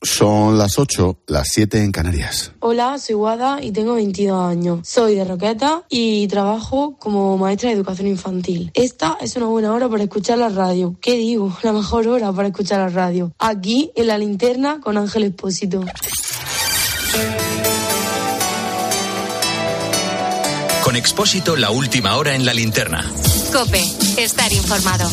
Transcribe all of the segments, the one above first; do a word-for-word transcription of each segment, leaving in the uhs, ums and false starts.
Son las ocho, las siete en Canarias. Hola, soy Guada y tengo veintidós años. Soy de Roquetas y trabajo como maestra de educación infantil. Esta es una buena hora para escuchar la radio. ¿Qué digo? La mejor hora para escuchar la radio. Aquí, en La Linterna, con Ángel Expósito. Con Expósito, la última hora en La Linterna. COPE, estar informado.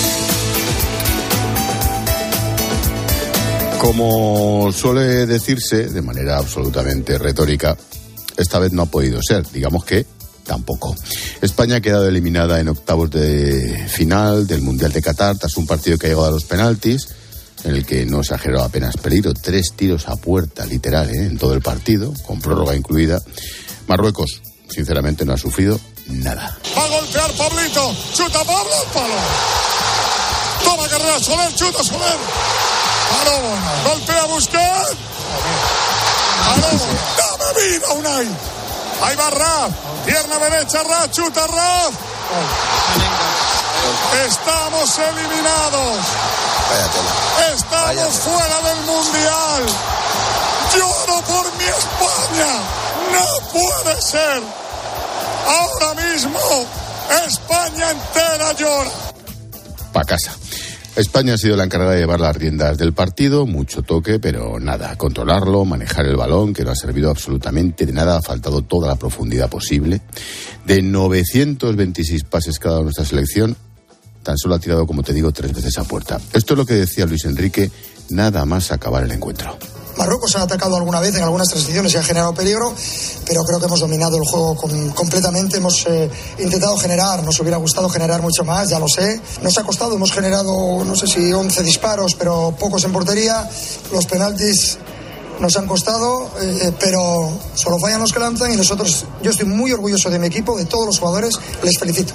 Como suele decirse, de manera absolutamente retórica, esta vez no ha podido ser, digamos que tampoco. España ha quedado eliminada en octavos de final del Mundial de Qatar tras un partido que ha llegado a los penaltis, en el que no se ha generado apenas peligro, tres tiros a puerta, literal, ¿eh? en todo el partido, con prórroga incluida. Marruecos, sinceramente, no ha sufrido nada. Va a golpear Pablito, chuta Pablo al palo. Toma carrera Soler, chuta Soler. Palo, golpea Busquets. Palo, dame vida, Unai. Ahí va Raf, pierna derecha, Raf, chuta Raf. Estamos eliminados. Estamos Váyate. fuera del Mundial. Lloro por mi España. No puede ser. Ahora mismo España entera llora. Pa' casa. España ha sido la encargada de llevar las riendas del partido, mucho toque, pero nada, controlarlo, manejar el balón, que no ha servido absolutamente de nada, ha faltado toda la profundidad posible. De novecientos veintiséis pases cada nuestra selección, tan solo ha tirado, como te digo, tres veces a puerta. Esto es lo que decía Luis Enrique, nada más acabar el encuentro. Marruecos ha atacado alguna vez en algunas transiciones y ha generado peligro, pero creo que hemos dominado el juego con, completamente. Hemos eh, intentado generar, nos hubiera gustado generar mucho más, ya lo sé. Nos ha costado, hemos generado, no sé si once disparos, pero pocos en portería. Los penaltis nos han costado, eh, pero solo fallan los que lanzan y nosotros, yo estoy muy orgulloso de mi equipo, de todos los jugadores, les felicito.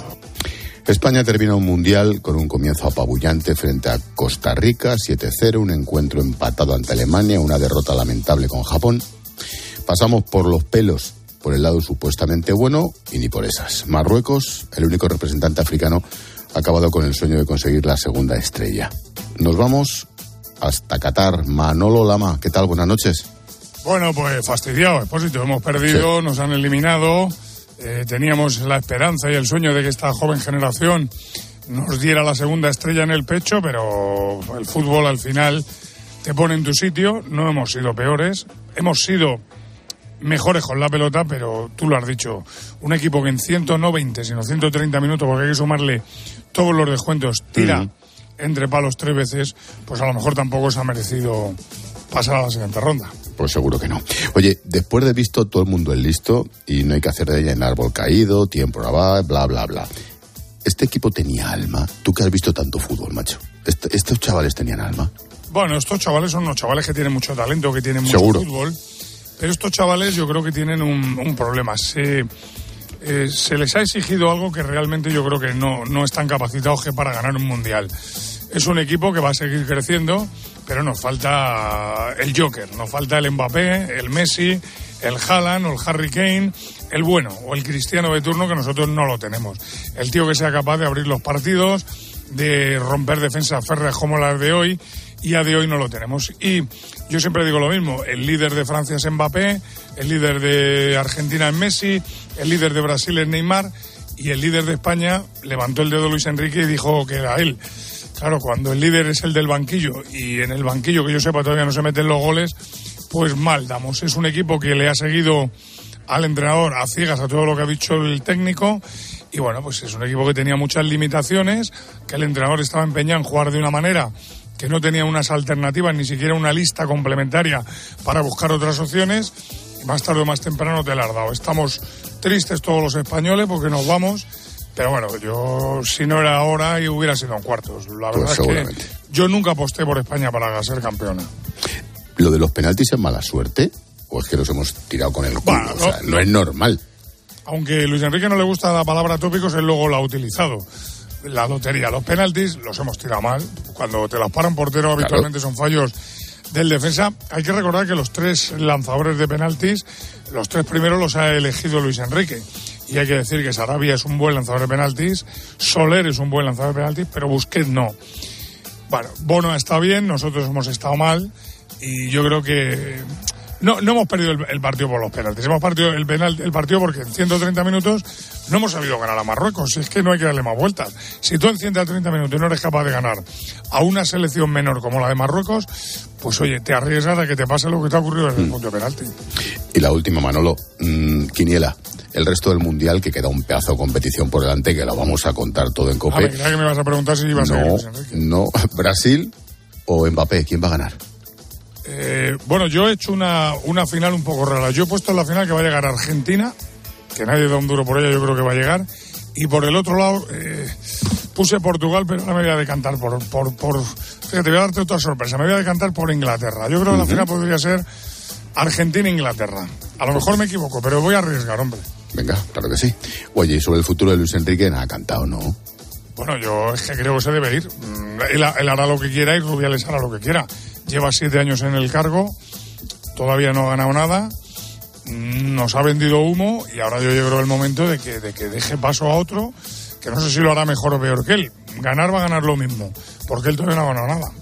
España termina un mundial con un comienzo apabullante frente a Costa Rica, siete cero, un encuentro empatado ante Alemania, una derrota lamentable con Japón. Pasamos por los pelos por el lado supuestamente bueno y ni por esas. Marruecos, el único representante africano, ha acabado con el sueño de conseguir la segunda estrella. Nos vamos hasta Qatar. Manolo Lama, ¿qué tal? Buenas noches. Bueno, pues fastidiado, Expósito. Hemos perdido, sí. Nos han eliminado. Eh, teníamos la esperanza y el sueño de que esta joven generación nos diera la segunda estrella en el pecho, pero el fútbol al final te pone en tu sitio. No hemos sido peores, hemos sido mejores con la pelota, pero tú lo has dicho, un equipo que en ciento veinte, sino ciento treinta minutos, porque hay que sumarle todos los descuentos, tira uh-huh. entre palos tres veces, pues a lo mejor tampoco se ha merecido pasar a la siguiente ronda. Pues seguro que no. Oye, después de visto, todo el mundo es listo y no hay que hacer de ella en árbol caído, tiempo bla, bla, bla, bla. ¿Este equipo tenía alma? Tú que has visto tanto fútbol, macho. Este, ¿Estos chavales tenían alma? Bueno, estos chavales son unos chavales que tienen mucho talento, que tienen mucho seguro. fútbol, pero estos chavales yo creo que tienen un, un problema. Se, eh, se les ha exigido algo que realmente yo creo que no, no están capacitados que para ganar un mundial. Es un equipo que va a seguir creciendo, pero nos falta el Joker, nos falta el Mbappé, el Messi, el Haaland o el Harry Kane, el bueno o el Cristiano de turno, que nosotros no lo tenemos. El tío que sea capaz de abrir los partidos, de romper defensas férreas como las de hoy, y a de hoy no lo tenemos. Y yo siempre digo lo mismo, el líder de Francia es Mbappé, el líder de Argentina es Messi, el líder de Brasil es Neymar, y el líder de España levantó el dedo Luis Enrique y dijo que era él. Claro, cuando el líder es el del banquillo y en el banquillo, que yo sepa, todavía no se meten los goles, pues mal damos. Es un equipo que le ha seguido al entrenador a ciegas a todo lo que ha dicho el técnico y bueno, pues es un equipo que tenía muchas limitaciones, que el entrenador estaba empeñado en jugar de una manera que no tenía unas alternativas, ni siquiera una lista complementaria para buscar otras opciones, y más tarde o más temprano te la has dado. Estamos tristes todos los españoles porque nos vamos. Pero bueno, yo si no era ahora y hubiera sido en cuartos. La verdad pues es que yo nunca aposté por España para ser campeona. ¿Lo de los penaltis es mala suerte? ¿O es que los hemos tirado con el culo? Bueno, o sea, no, no es normal. Aunque a Luis Enrique no le gusta la palabra tópicos, él luego la ha utilizado. La lotería, los penaltis los hemos tirado mal. Cuando te los para un portero claro. habitualmente son fallos del defensa. Hay que recordar que los tres lanzadores de penaltis, los tres primeros los ha elegido Luis Enrique. Y hay que decir que Sarabia es un buen lanzador de penaltis, Soler es un buen lanzador de penaltis, pero Busquets no. Bueno, Bono está bien, nosotros hemos estado mal y yo creo que no, no hemos perdido el, el partido por los penaltis. Hemos partido el, penal, el partido porque en ciento treinta minutos no hemos sabido ganar a Marruecos. Es que no hay que darle más vueltas. Si tú en ciento treinta minutos no eres capaz de ganar a una selección menor como la de Marruecos, pues oye, te arriesgas a que te pase lo que te ha ocurrido en el punto de penalti. Y la última, Manolo, mmm, quiniela. El resto del Mundial, que queda un pedazo de competición por delante, que lo vamos a contar todo en COPE. A ver, que me vas a preguntar si ibas no, a seguir, Enrique. No, Brasil o Mbappé, ¿quién va a ganar? Eh, bueno, yo he hecho una, una final un poco rara. Yo he puesto en la final que va a llegar Argentina, que nadie da un duro por ella, yo creo que va a llegar. Y por el otro lado, eh, puse Portugal, pero ahora me voy a decantar por, por, por... Fíjate, voy a darte otra sorpresa, me voy a decantar por Inglaterra. Yo creo que uh-huh. la final podría ser Argentina-Inglaterra. A lo mejor me equivoco, pero voy a arriesgar, hombre. Venga, claro que sí. Oye, y sobre el futuro de Luis Enrique, nada cantado, ¿no? Bueno, yo es que creo que se debe ir. Él, él hará lo que quiera y Rubiales hará lo que quiera. Lleva siete años en el cargo, todavía no ha ganado nada, nos ha vendido humo y ahora yo creo el momento de que, de que deje paso a otro, que no sé si lo hará mejor o peor que él. Ganar va a ganar lo mismo, porque él todavía no ha ganado nada.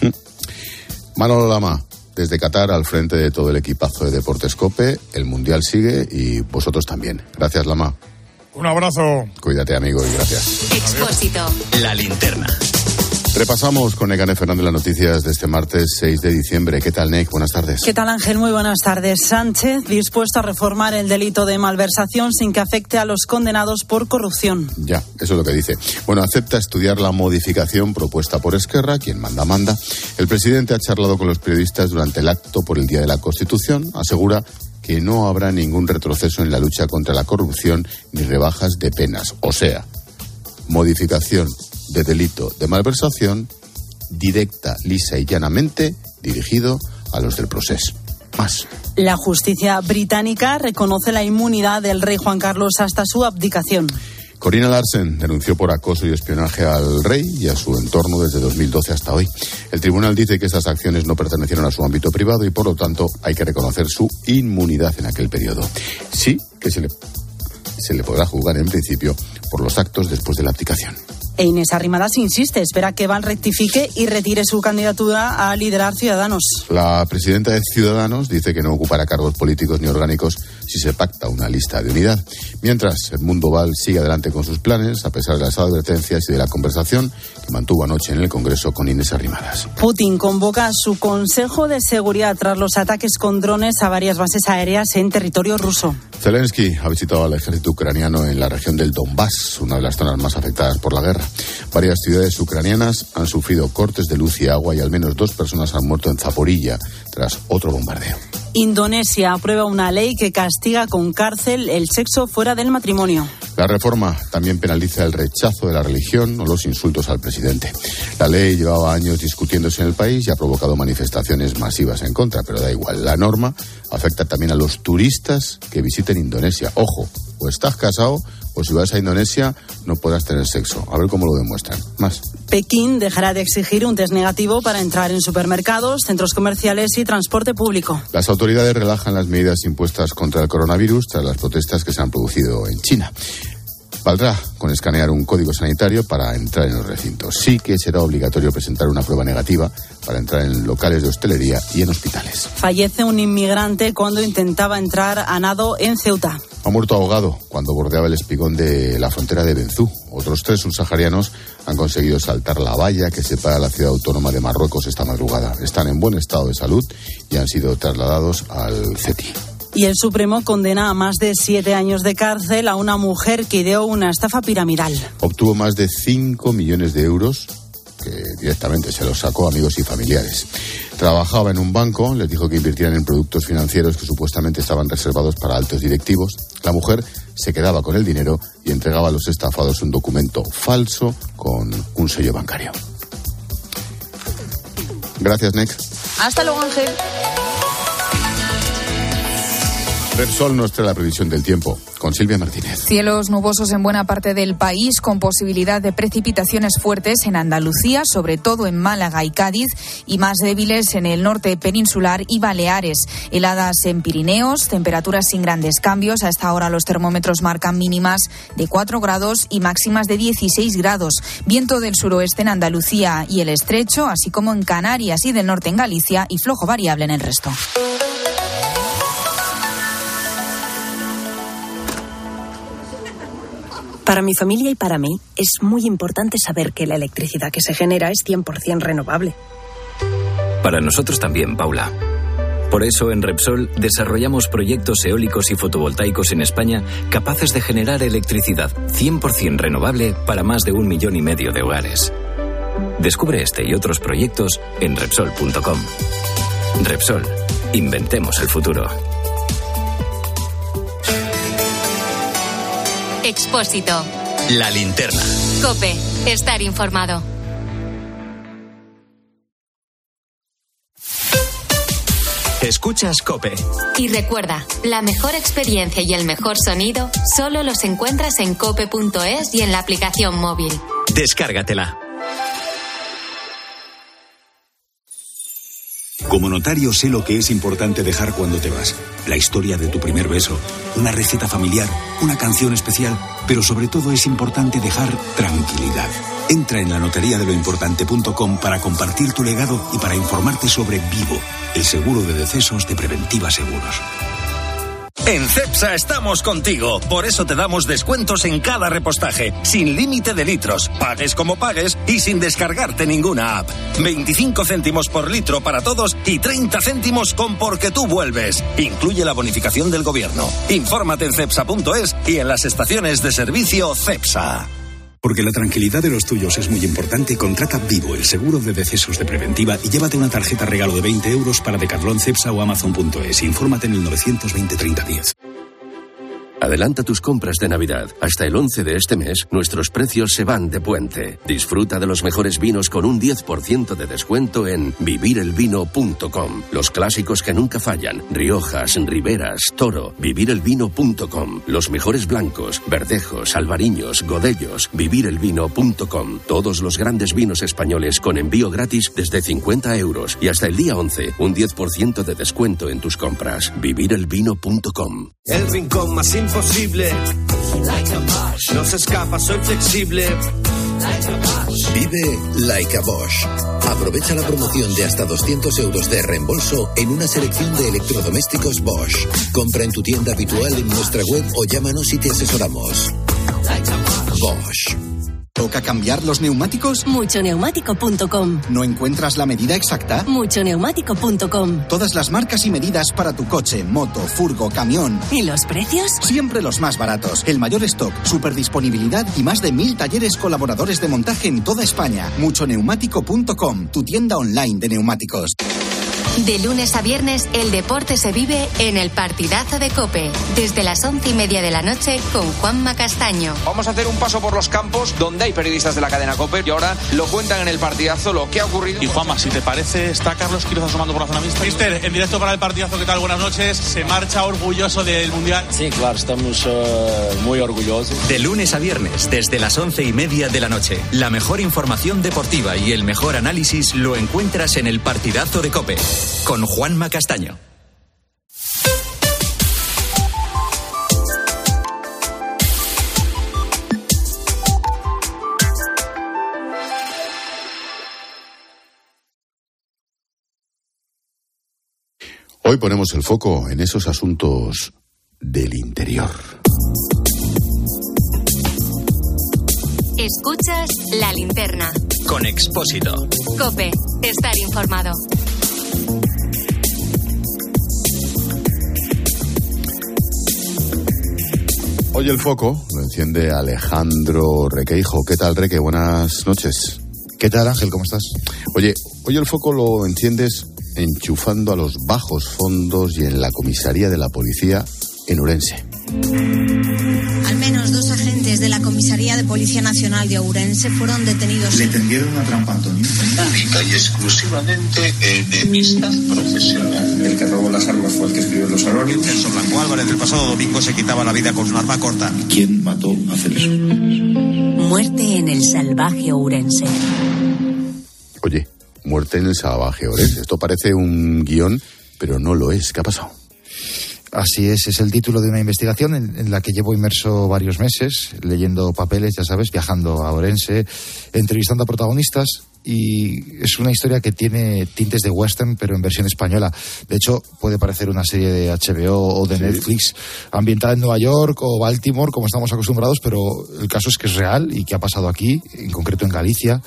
Manolo Lama, desde Qatar al frente de todo el equipazo de Deportes COPE, el Mundial sigue y vosotros también. Gracias, Lama. Un abrazo. Cuídate, amigo, y gracias. Expósito. La linterna. Repasamos con Nekane Fernández las noticias de este martes seis de diciembre. ¿Qué tal, Nek? Buenas tardes. ¿Qué tal, Ángel? Muy buenas tardes. Sánchez dispuesto a reformar el delito de malversación sin que afecte a los condenados por corrupción. Ya, eso es lo que dice. Bueno, acepta estudiar la modificación propuesta por Esquerra, quien manda, manda. El presidente ha charlado con los periodistas durante el acto por el Día de la Constitución. Asegura que no habrá ningún retroceso en la lucha contra la corrupción ni rebajas de penas. O sea, modificación de delito de malversación directa, lisa y llanamente dirigido a los del proceso. Más. La justicia británica reconoce la inmunidad del rey Juan Carlos hasta su abdicación. Corina Larsen denunció por acoso y espionaje al rey y a su entorno desde dos mil doce hasta hoy. El tribunal dice que estas acciones no pertenecieron a su ámbito privado y por lo tanto hay que reconocer su inmunidad en aquel periodo. Sí que se le, se le podrá juzgar en principio por los actos después de la abdicación. E Inés Arrimadas insiste, espera que Val rectifique y retire su candidatura a liderar Ciudadanos. La presidenta de Ciudadanos dice que no ocupará cargos políticos ni orgánicos si se pacta una lista de unidad. Mientras, Edmundo Val sigue adelante con sus planes, a pesar de las advertencias y de la conversación que mantuvo anoche en el Congreso con Inés Arrimadas. Putin convoca a su Consejo de Seguridad tras los ataques con drones a varias bases aéreas en territorio ruso. Zelensky ha visitado al ejército ucraniano en la región del Donbass, una de las zonas más afectadas por la guerra. Varias ciudades ucranianas han sufrido cortes de luz y agua y al menos dos personas han muerto en Zaporilla tras otro bombardeo. Indonesia aprueba una ley que castiga con cárcel el sexo fuera del matrimonio. La reforma también penaliza el rechazo de la religión o los insultos al presidente. La ley llevaba años discutiéndose en el país y ha provocado manifestaciones masivas en contra, pero da igual. La norma afecta también a los turistas que visiten Indonesia. Ojo, o estás casado o si vas a Indonesia no podrás tener sexo. A ver cómo lo demuestran. Más. Pekín dejará de exigir un test negativo para entrar en supermercados, centros comerciales y transporte público. Las autoridades relajan las medidas impuestas contra el coronavirus tras las protestas que se han producido en China. Valdrá con escanear un código sanitario para entrar en los recintos. Sí que será obligatorio presentar una prueba negativa para entrar en locales de hostelería y en hospitales. Fallece un inmigrante cuando intentaba entrar a nado en Ceuta. Ha muerto ahogado cuando bordeaba el espigón de la frontera de Benzú. Otros tres subsaharianos han conseguido saltar la valla que separa la ciudad autónoma de Marruecos esta madrugada. Están en buen estado de salud y han sido trasladados al C E T I. Y el Supremo condena a más de siete años de cárcel a una mujer que ideó una estafa piramidal. Obtuvo más de cinco millones de euros que directamente se los sacó a amigos y familiares. Trabajaba en un banco, les dijo que invirtieran en productos financieros que supuestamente estaban reservados para altos directivos. La mujer se quedaba con el dinero y entregaba a los estafados un documento falso con un sello bancario. Gracias, Nick. Hasta luego, Ángel. Repsol nos trae la previsión del tiempo con Silvia Martínez. Cielos nubosos en buena parte del país, con posibilidad de precipitaciones fuertes en Andalucía, sobre todo en Málaga y Cádiz, y más débiles en el norte peninsular y Baleares. Heladas en Pirineos, temperaturas sin grandes cambios. A esta hora los termómetros marcan mínimas de cuatro grados y máximas de dieciséis grados. Viento del suroeste en Andalucía y el Estrecho, así como en Canarias y del norte en Galicia, y flojo variable en el resto. Para mi familia y para mí es muy importante saber que la electricidad que se genera es cien por ciento renovable. Para nosotros también, Paula. Por eso en Repsol desarrollamos proyectos eólicos y fotovoltaicos en España capaces de generar electricidad cien por ciento renovable para más de un millón y medio de hogares. Descubre este y otros proyectos en Repsol punto com. Repsol, inventemos el futuro. Expósito. La linterna. COPE. Estar informado. Escuchas COPE. Y recuerda, la mejor experiencia y el mejor sonido solo los encuentras en cope punto es y en la aplicación móvil. Descárgatela. Como notario sé lo que es importante dejar cuando te vas. La historia de tu primer beso, una receta familiar, una canción especial, pero sobre todo es importante dejar tranquilidad. Entra en la notaría de lo importante punto com para compartir tu legado y para informarte sobre Vivo, el seguro de decesos de Preventiva Seguros. En Cepsa estamos contigo, por eso te damos descuentos en cada repostaje, sin límite de litros, pagues como pagues y sin descargarte ninguna app. veinticinco céntimos por litro para todos y treinta céntimos con Porque tú vuelves. Incluye la bonificación del gobierno. Infórmate en cepsa punto es y en las estaciones de servicio Cepsa. Porque la tranquilidad de los tuyos es muy importante, contrata Vivo, el seguro de decesos de Preventiva, y llévate una tarjeta regalo de veinte euros para Decathlon, Cepsa o Amazon punto es. Infórmate en el novecientos veinte treinta diez. Adelanta tus compras de Navidad. Hasta el once de este mes, nuestros precios se van de puente. Disfruta de los mejores vinos con un diez por ciento de descuento en vivir el vino punto com. Los clásicos que nunca fallan. Riojas, Riberas, Toro. vivir el vino punto com. Los mejores blancos, verdejos, albariños, godellos. vivir el vino punto com. Todos los grandes vinos españoles con envío gratis desde cincuenta euros. Y hasta el día once, un diez por ciento de descuento en tus compras. vivir el vino punto com. El rincón más imposible. No se escapa, soy flexible. Vive like a Bosch. Aprovecha la promoción de hasta doscientos euros de reembolso en una selección de electrodomésticos Bosch. Compra en tu tienda habitual, en nuestra web o llámanos y te asesoramos. Bosch. ¿Toca cambiar los neumáticos? mucho neumático punto com. ¿No encuentras la medida exacta? mucho neumático punto com. Todas las marcas y medidas para tu coche, moto, furgo, camión. ¿Y los precios? Siempre los más baratos. El mayor stock, superdisponibilidad y más de mil talleres colaboradores de montaje en toda España. mucho neumático punto com, tu tienda online de neumáticos. De lunes a viernes, el deporte se vive en el partidazo de COPE, desde las once y media de la noche con Juanma Castaño. Vamos a hacer un paso por los campos donde hay periodistas de la cadena COPE y ahora lo cuentan en el partidazo lo que ha ocurrido. Y Juanma, si te parece, está Carlos Quiroz asomando por la zona mixta. Mister, en directo para el partidazo, ¿qué tal? Buenas noches. ¿Se marcha orgulloso del Mundial? Sí, claro, estamos uh, muy orgullosos. De lunes a viernes, desde las once y media de la noche, la mejor información deportiva y el mejor análisis lo encuentras en el partidazo de COPE, con Juanma Castaño. Hoy ponemos el foco en esos asuntos del interior. Escuchas La Linterna. Con Expósito. COPE. Estar informado. Hoy el foco lo enciende Alejandro Requeijo. ¿Qué tal, Reque? Buenas noches. ¿Qué tal, Ángel? ¿Cómo estás? Oye, hoy el foco lo enciendes enchufando a los bajos fondos y en la comisaría de la policía en Ourense. Al menos dos agentes de la comisaría de Policía Nacional de Ourense fueron detenidos. Le tendieron una trampa, Antonio. Única y exclusivamente enemistad profesional. el que robó las armas fue el que escribió los anónimos. Celso Blanco Álvarez el pasado domingo se quitaba la vida con un arma corta. ¿Quién mató a Celso? Muerte en el salvaje Ourense. Oye, muerte en el salvaje Ourense. Esto parece un guión, pero no lo es. ¿Qué ha pasado? Así es, es el título de una investigación en, en la que llevo inmerso varios meses, leyendo papeles, ya sabes, viajando a Ourense, entrevistando a protagonistas, y es una historia que tiene tintes de western, pero en versión española. De hecho, puede parecer una serie de H B O o de sí. Netflix, ambientada en Nueva York o Baltimore, como estamos acostumbrados, pero el caso es que es real y que ha pasado aquí, en concreto en Galicia.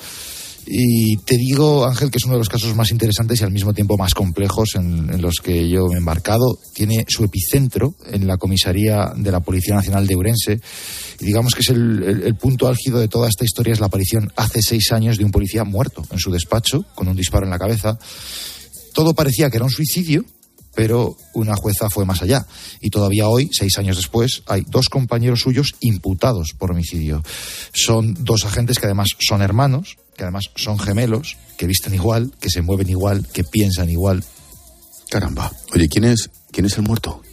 Y te digo, Ángel, que es uno de los casos más interesantes y al mismo tiempo más complejos en, en los que yo me he embarcado. Tiene su epicentro en la comisaría de la Policía Nacional de Ourense. Y digamos que es el, el, el punto álgido de toda esta historia, es la aparición hace seis años de un policía muerto en su despacho, con un disparo en la cabeza. Todo parecía que era un suicidio, pero una jueza fue más allá. Y todavía hoy, seis años después, hay dos compañeros suyos imputados por homicidio. Son dos agentes que además son hermanos, que además son gemelos, que visten igual, que se mueven igual, que piensan igual. Caramba. Oye, ¿quién es, quién es el muerto?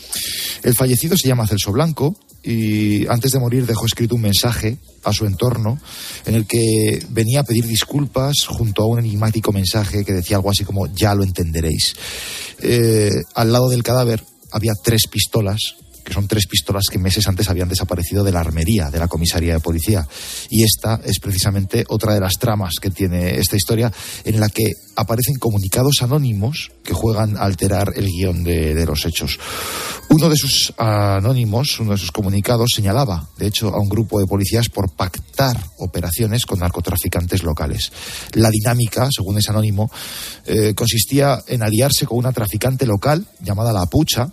El fallecido se llama Celso Blanco y antes de morir dejó escrito un mensaje a su entorno en el que venía a pedir disculpas junto a un enigmático mensaje que decía algo así como "ya lo entenderéis". Eh, al lado del cadáver había tres pistolas, que son tres pistolas que meses antes habían desaparecido de la armería de la comisaría de policía. Y esta es precisamente otra de las tramas que tiene esta historia, en la que aparecen comunicados anónimos que juegan a alterar el guión de, de los hechos. Uno de esos anónimos, uno de esos comunicados, señalaba, de hecho, a un grupo de policías por pactar operaciones con narcotraficantes locales. La dinámica, según ese anónimo, eh, consistía en aliarse con una traficante local llamada La Pucha,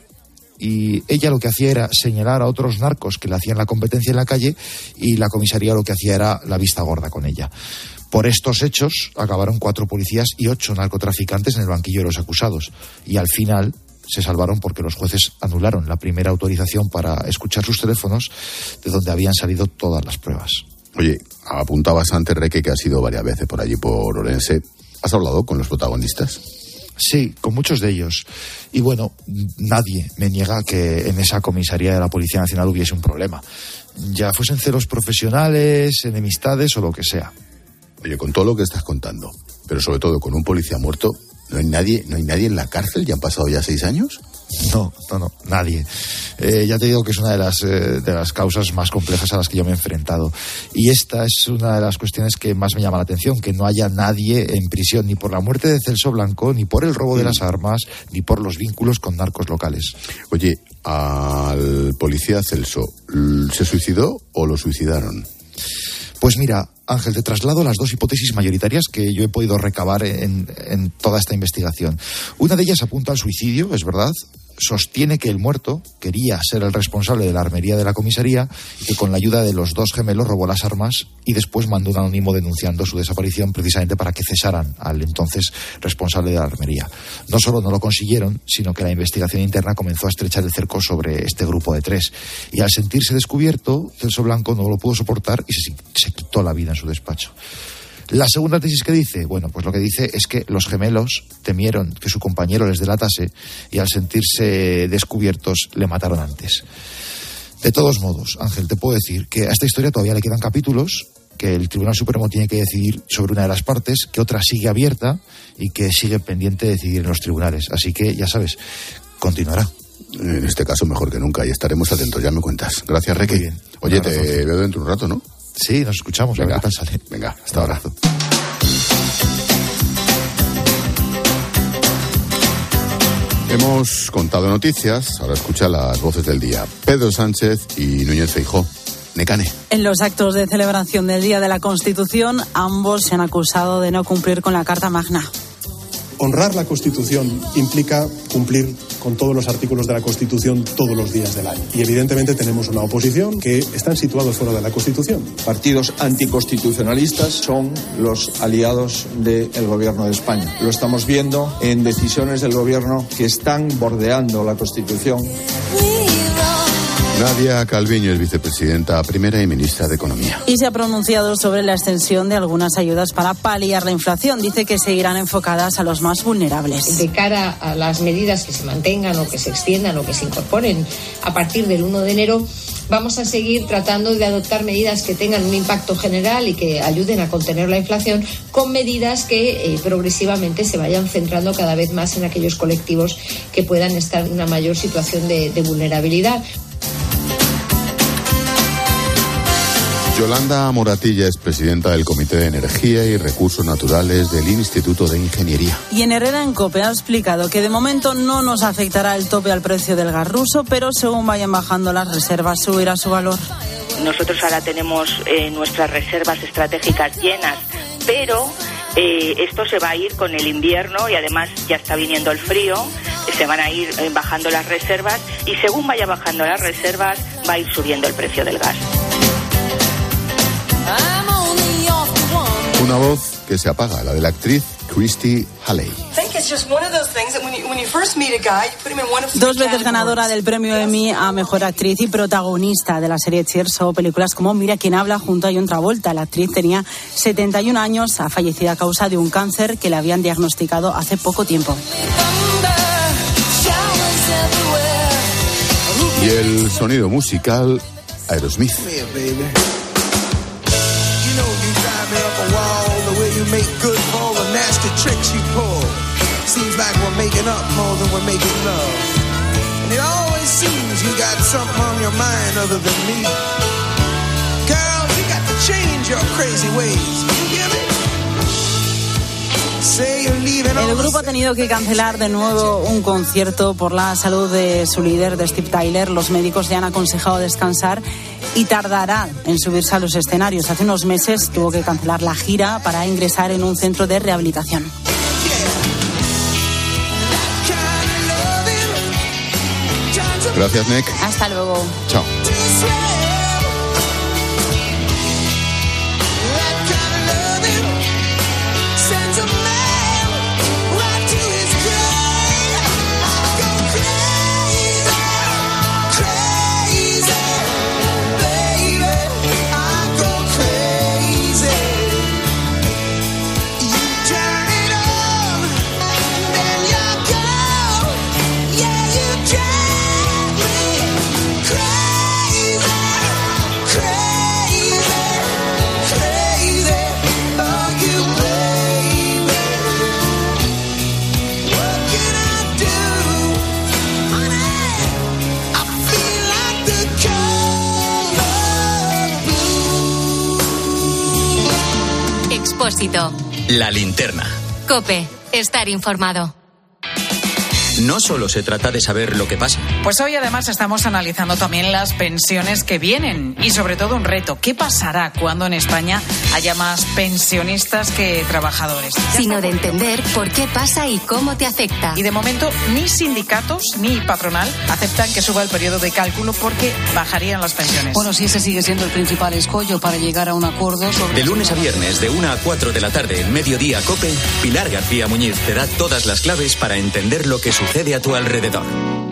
y ella lo que hacía era señalar a otros narcos que le hacían la competencia en la calle, y la comisaría lo que hacía era la vista gorda con ella. Por estos hechos acabaron cuatro policías y ocho narcotraficantes en el banquillo de los acusados, y al final se salvaron porque los jueces anularon la primera autorización para escuchar sus teléfonos, de donde habían salido todas las pruebas. Oye, apuntabas antes, Reque, que has ido varias veces por allí, por Ourense. ¿Has hablado con los protagonistas? Sí, con muchos de ellos. Y bueno, nadie me niega que en esa comisaría de la Policía Nacional hubiese un problema. Ya fuesen celos profesionales, enemistades o lo que sea. Oye, con todo lo que estás contando, pero sobre todo con un policía muerto, ¿no hay nadie, no hay nadie en la cárcel? ¿Ya han pasado ya seis años? No, no, no, nadie. Eh, ya te digo que es una de las, eh, de las causas más complejas a las que yo me he enfrentado. Y esta es una de las cuestiones que más me llama la atención, que no haya nadie en prisión, ni por la muerte de Celso Blanco, ni por el robo de las armas, ni por los vínculos con narcos locales. Oye, al policía Celso, ¿se suicidó o lo suicidaron? Pues mira, Ángel, te traslado las dos hipótesis mayoritarias que yo he podido recabar en, en toda esta investigación. Una de ellas apunta al suicidio, es verdad. Sostiene que el muerto quería ser el responsable de la armería de la comisaría y que con la ayuda de los dos gemelos robó las armas y después mandó un anónimo denunciando su desaparición precisamente para que cesaran al entonces responsable de la armería. No solo no lo consiguieron, sino que la investigación interna comenzó a estrechar el cerco sobre este grupo de tres. Y al sentirse descubierto, Celso Blanco no lo pudo soportar y se, se quitó la vida en su despacho. La segunda tesis que dice, bueno, pues lo que dice es que los gemelos temieron que su compañero les delatase y al sentirse descubiertos le mataron antes. De todos modos, Ángel, te puedo decir que a esta historia todavía le quedan capítulos, que el Tribunal Supremo tiene que decidir sobre una de las partes, que otra sigue abierta y que sigue pendiente de decidir en los tribunales. Así que, ya sabes, continuará. En este caso, mejor que nunca, y estaremos atentos, ya me cuentas. Gracias, Reque. Muy bien. Oye, te veo dentro de un rato, ¿no? Sí, nos escuchamos. Venga, a ver qué tal sale. Venga, hasta ahora. Hemos contado noticias, ahora escucha las voces del día. Pedro Sánchez y Núñez Feijóo. Necane. En los actos de celebración del Día de la Constitución, ambos se han acusado de no cumplir con la Carta Magna. Honrar la Constitución implica cumplir con todos los artículos de la Constitución todos los días del año. Y evidentemente tenemos una oposición que están situados fuera de la Constitución. Partidos anticonstitucionalistas son los aliados del Gobierno de España. Lo estamos viendo en decisiones del Gobierno que están bordeando la Constitución. Nadia Calviño es vicepresidenta primera y ministra de Economía. Y se ha pronunciado sobre la extensión de algunas ayudas para paliar la inflación. Dice que seguirán enfocadas a los más vulnerables. De cara a las medidas que se mantengan o que se extiendan o que se incorporen a partir del uno de enero, vamos a seguir tratando de adoptar medidas que tengan un impacto general y que ayuden a contener la inflación, con medidas que eh, progresivamente se vayan centrando cada vez más en aquellos colectivos que puedan estar en una mayor situación de, de vulnerabilidad. Yolanda Moratilla es presidenta del Comité de Energía y Recursos Naturales del Instituto de Ingeniería. Y en Herrera en COPE ha explicado que de momento no nos afectará el tope al precio del gas ruso, pero según vayan bajando las reservas subirá su valor. Nosotros ahora tenemos eh, nuestras reservas estratégicas llenas, pero eh, esto se va a ir con el invierno y además ya está viniendo el frío, se van a ir eh, bajando las reservas y según vaya bajando las reservas va a ir subiendo el precio del gas. Una voz que se apaga, la de la actriz Christy Haley. Dos veces ganadora del premio Emmy a Mejor Actriz y protagonista de la serie Cheers o películas como Mira quién habla junto a John Travolta. La actriz tenía setenta y un años, ha fallecido a causa de un cáncer que le habían diagnosticado hace poco tiempo. Y el sonido musical, Aerosmith. You make good for all the nasty tricks you pull. Seems like we're making up more than we're making love. And it always seems you got something on your mind other than me. Girl, you got to change your crazy ways. You hear me? Say you're leaving. El grupo ha tenido que cancelar de nuevo un concierto por la salud de su líder, de Steve Tyler. Los médicos le han aconsejado descansar y tardará en subirse a los escenarios. Hace unos meses tuvo que cancelar la gira para ingresar en un centro de rehabilitación. Gracias, Nick. Hasta luego. Chao. Expósito. La linterna. COPE. Estar informado. No solo se trata de saber lo que pasa. Pues hoy además estamos analizando también las pensiones que vienen y sobre todo un reto. ¿Qué pasará cuando en España haya más pensionistas que trabajadores? Sino de entender por qué pasa y cómo te afecta. Y de momento ni sindicatos ni patronal aceptan que suba el periodo de cálculo porque bajarían las pensiones. Bueno, si ese sigue siendo el principal escollo para llegar a un acuerdo sobre... De lunes a viernes, de una a cuatro de la tarde, en Mediodía COPE, Pilar García Muñiz te da todas las claves para entender lo que sucede a tu alrededor.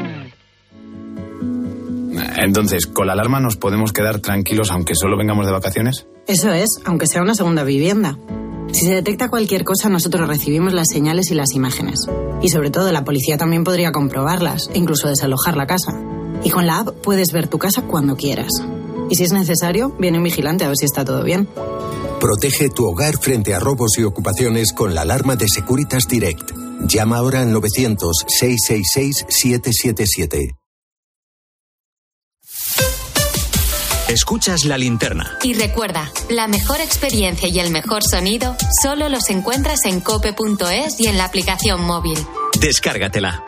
Entonces, ¿con la alarma nos podemos quedar tranquilos aunque solo vengamos de vacaciones? Eso es, aunque sea una segunda vivienda. Si se detecta cualquier cosa, nosotros recibimos las señales y las imágenes. Y sobre todo, la policía también podría comprobarlas e incluso desalojar la casa. Y con la app puedes ver tu casa cuando quieras. Y si es necesario, viene un vigilante a ver si está todo bien. Protege tu hogar frente a robos y ocupaciones con la alarma de Securitas Direct. Llama ahora al novecientos, seiscientos sesenta y seis, setecientos setenta y siete. Escuchas La Linterna. Y recuerda, la mejor experiencia y el mejor sonido solo los encuentras en cope punto es y en la aplicación móvil. Descárgatela.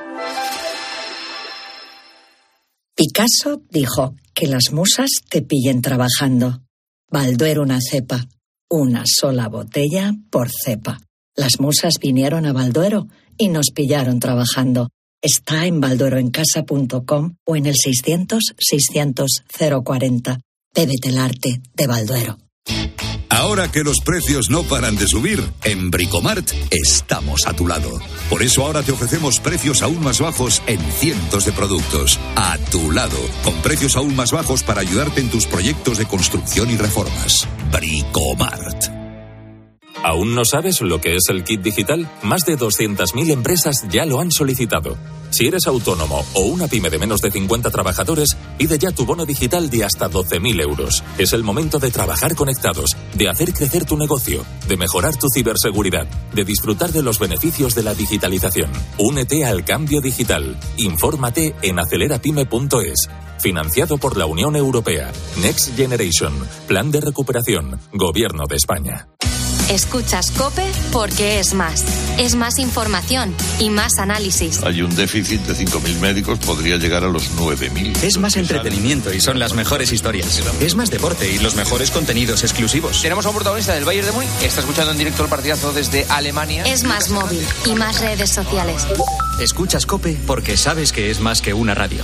Picasso dijo que las musas te pillen trabajando. Balduero una cepa, una sola botella por cepa. Las musas vinieron a Balduero y nos pillaron trabajando. Está en baldueroencasa punto com o en el seiscientos, seiscientos, cero cuarenta. Bébete el arte de Balduero. Ahora que los precios no paran de subir, en Bricomart estamos a tu lado. Por eso ahora te ofrecemos precios aún más bajos en cientos de productos. A tu lado, con precios aún más bajos para ayudarte en tus proyectos de construcción y reformas. Bricomart. ¿Aún no sabes lo que es el kit digital? Más de doscientas mil empresas ya lo han solicitado. Si eres autónomo o una pyme de menos de cincuenta trabajadores, pide ya tu bono digital de hasta doce mil euros. Es el momento de trabajar conectados, de hacer crecer tu negocio, de mejorar tu ciberseguridad, de disfrutar de los beneficios de la digitalización. Únete al cambio digital. Infórmate en acelerapyme punto es. Financiado por la Unión Europea. Next Generation. Plan de recuperación. Gobierno de España. Escuchas COPE porque es más. Es más información y más análisis. Hay un déficit de cinco mil médicos, podría llegar a los nueve mil. Es más entretenimiento y son las mejores historias. Es más deporte y los mejores contenidos exclusivos. Tenemos a un protagonista del Bayern de Múnich que está escuchando en directo el partidazo desde Alemania. Es más móvil y más redes sociales. Escuchas COPE porque sabes que es más que una radio.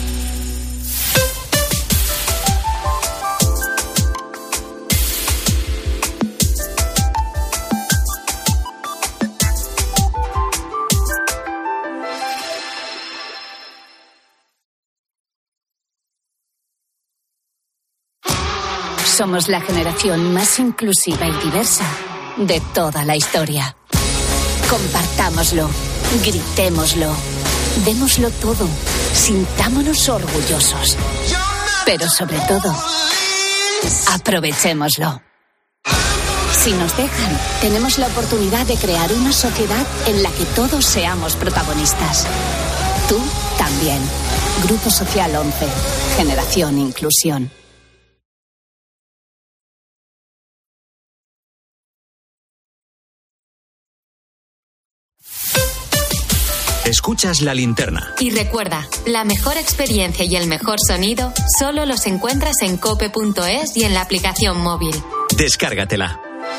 Somos la generación más inclusiva y diversa de toda la historia. Compartámoslo, gritémoslo, démoslo todo, sintámonos orgullosos. Pero sobre todo, aprovechémoslo. Si nos dejan, tenemos la oportunidad de crear una sociedad en la que todos seamos protagonistas. Tú también. Grupo Social once. Generación Inclusión. Escuchas La Linterna. Y recuerda, la mejor experiencia y el mejor sonido solo los encuentras en cope punto es y en la aplicación móvil. Descárgatela.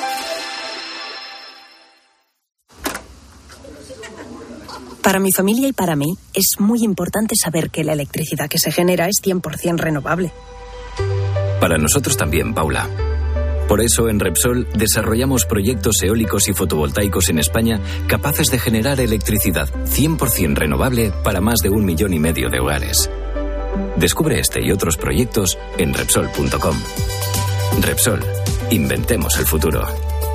Para mi familia y para mí es muy importante saber que la electricidad que se genera es cien por ciento renovable. Para nosotros también, Paula. Por eso, en Repsol, desarrollamos proyectos eólicos y fotovoltaicos en España capaces de generar electricidad cien por ciento renovable para más de un millón y medio de hogares. Descubre este y otros proyectos en Repsol punto com. Repsol, inventemos el futuro.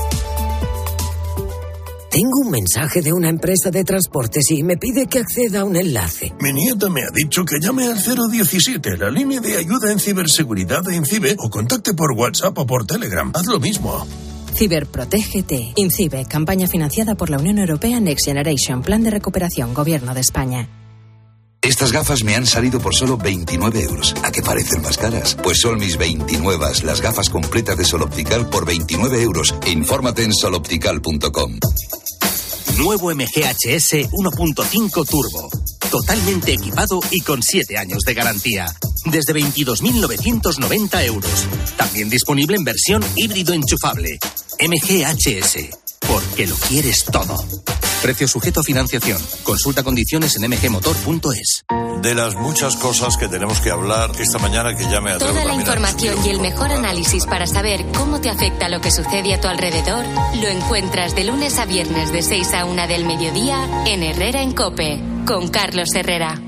Tengo un mensaje de una empresa de transportes y me pide que acceda a un enlace. Mi nieta me ha dicho que llame al cero diecisiete, la línea de ayuda en ciberseguridad de INCIBE, o contacte por WhatsApp o por Telegram. Haz lo mismo. Ciberprotégete. INCIBE, campaña financiada por la Unión Europea Next Generation, Plan de Recuperación, Gobierno de España. Estas gafas me han salido por solo veintinueve euros. ¿A qué parecen más caras? Pues son mis veintinueve, las gafas completas de Sol Optical por veintinueve euros. Infórmate en sol optical punto com. Nuevo M G H S uno punto cinco Turbo. Totalmente equipado y con siete años de garantía. Desde veintidós mil novecientos noventa euros. También disponible en versión híbrido enchufable. M G H S. Porque lo quieres todo. Precio sujeto a financiación. Consulta condiciones en m g motor punto es. De las muchas cosas que tenemos que hablar esta mañana, que ya me atrevo Toda la también a información y el mejor análisis para saber cómo te afecta lo que sucede a tu alrededor lo encuentras de lunes a viernes de seis a una del mediodía en Herrera en COPE, con Carlos Herrera.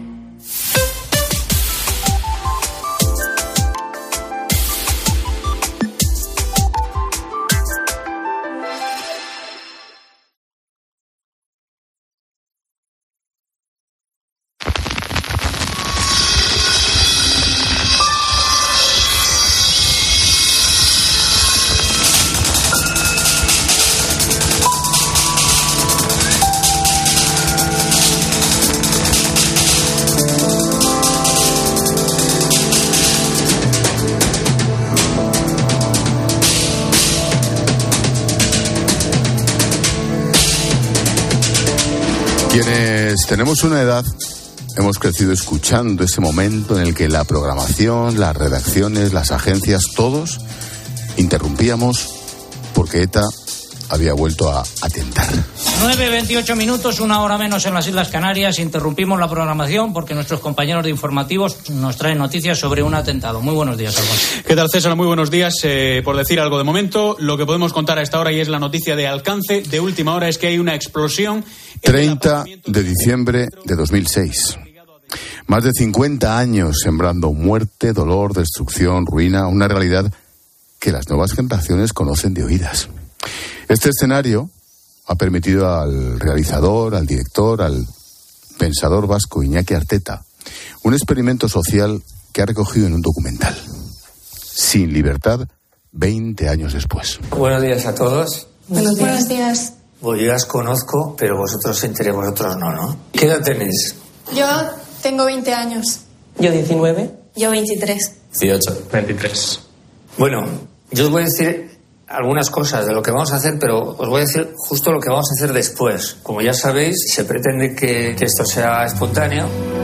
Quienes tenemos una edad, hemos crecido escuchando ese momento en el que la programación, las redacciones, las agencias, todos interrumpíamos porque ETA había vuelto a atentar. nueve veintiocho minutos, una hora menos en las Islas Canarias. Interrumpimos la programación porque nuestros compañeros de informativos nos traen noticias sobre un atentado. Muy buenos días, Alfonso. ¿Qué tal, César? Muy buenos días. Eh, por decir algo de momento, lo que podemos contar a esta hora, y es la noticia de alcance de última hora, es que hay una explosión. treinta de diciembre de dos mil seis. Más de cincuenta años sembrando muerte, dolor, destrucción, ruina, una realidad que las nuevas generaciones conocen de oídas. Este escenario ha permitido al realizador, al director, al pensador vasco Iñaki Arteta un experimento social que ha recogido en un documental. Sin libertad, veinte años después. Buenos días a todos. Buenos días. Buenos días. Pues yo las conozco, pero vosotros entre vosotros no, ¿no? ¿Qué edad tenéis? Yo tengo veinte años. Yo diecinueve. Yo veintitrés. dieciocho. veintitrés. Bueno, yo os voy a decir algunas cosas de lo que vamos a hacer, pero os voy a decir justo lo que vamos a hacer después. Como ya sabéis, se pretende que, que esto sea espontáneo.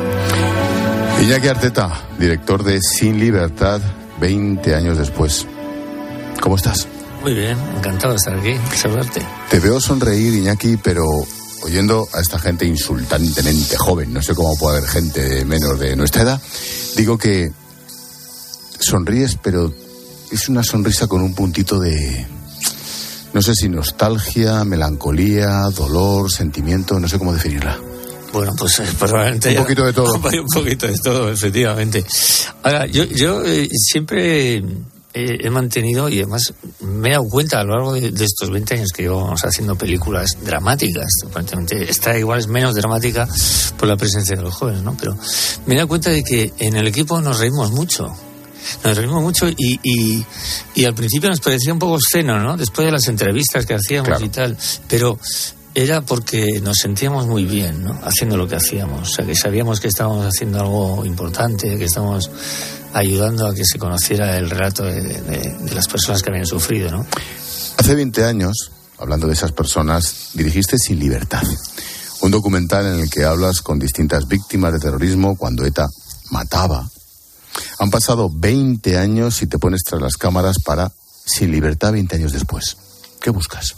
Iñaki Arteta, director de Sin Libertad, veinte años después. ¿Cómo estás? Muy bien, encantado de estar aquí, saludarte. Te veo sonreír, Iñaki, pero oyendo a esta gente insultantemente joven, no sé cómo puede haber gente menos de nuestra edad, digo que sonríes, pero es una sonrisa con un puntito de, no sé si nostalgia, melancolía, dolor, sentimiento, no sé cómo definirla. Bueno, pues probablemente... Un poquito de todo. Un poquito de todo, efectivamente. Ahora, yo, yo eh, siempre... he mantenido, y además me he dado cuenta a lo largo de, de estos veinte años que llevamos haciendo películas dramáticas, aparentemente esta igual es menos dramática por la presencia de los jóvenes, ¿no? Pero me he dado cuenta de que en el equipo nos reímos mucho, nos reímos mucho y, y, y al principio nos parecía un poco obsceno, ¿no? Después de las entrevistas que hacíamos, claro, y tal, pero era porque nos sentíamos muy bien, ¿no? Haciendo lo que hacíamos, o sea, que sabíamos que estábamos haciendo algo importante, que estábamos ayudando a que se conociera el relato de, de, de las personas que habían sufrido, ¿no? Hace veinte años, hablando de esas personas, dirigiste Sin Libertad, un documental en el que hablas con distintas víctimas de terrorismo cuando ETA mataba. Han pasado veinte años y te pones tras las cámaras para Sin Libertad veinte años después. ¿Qué buscas?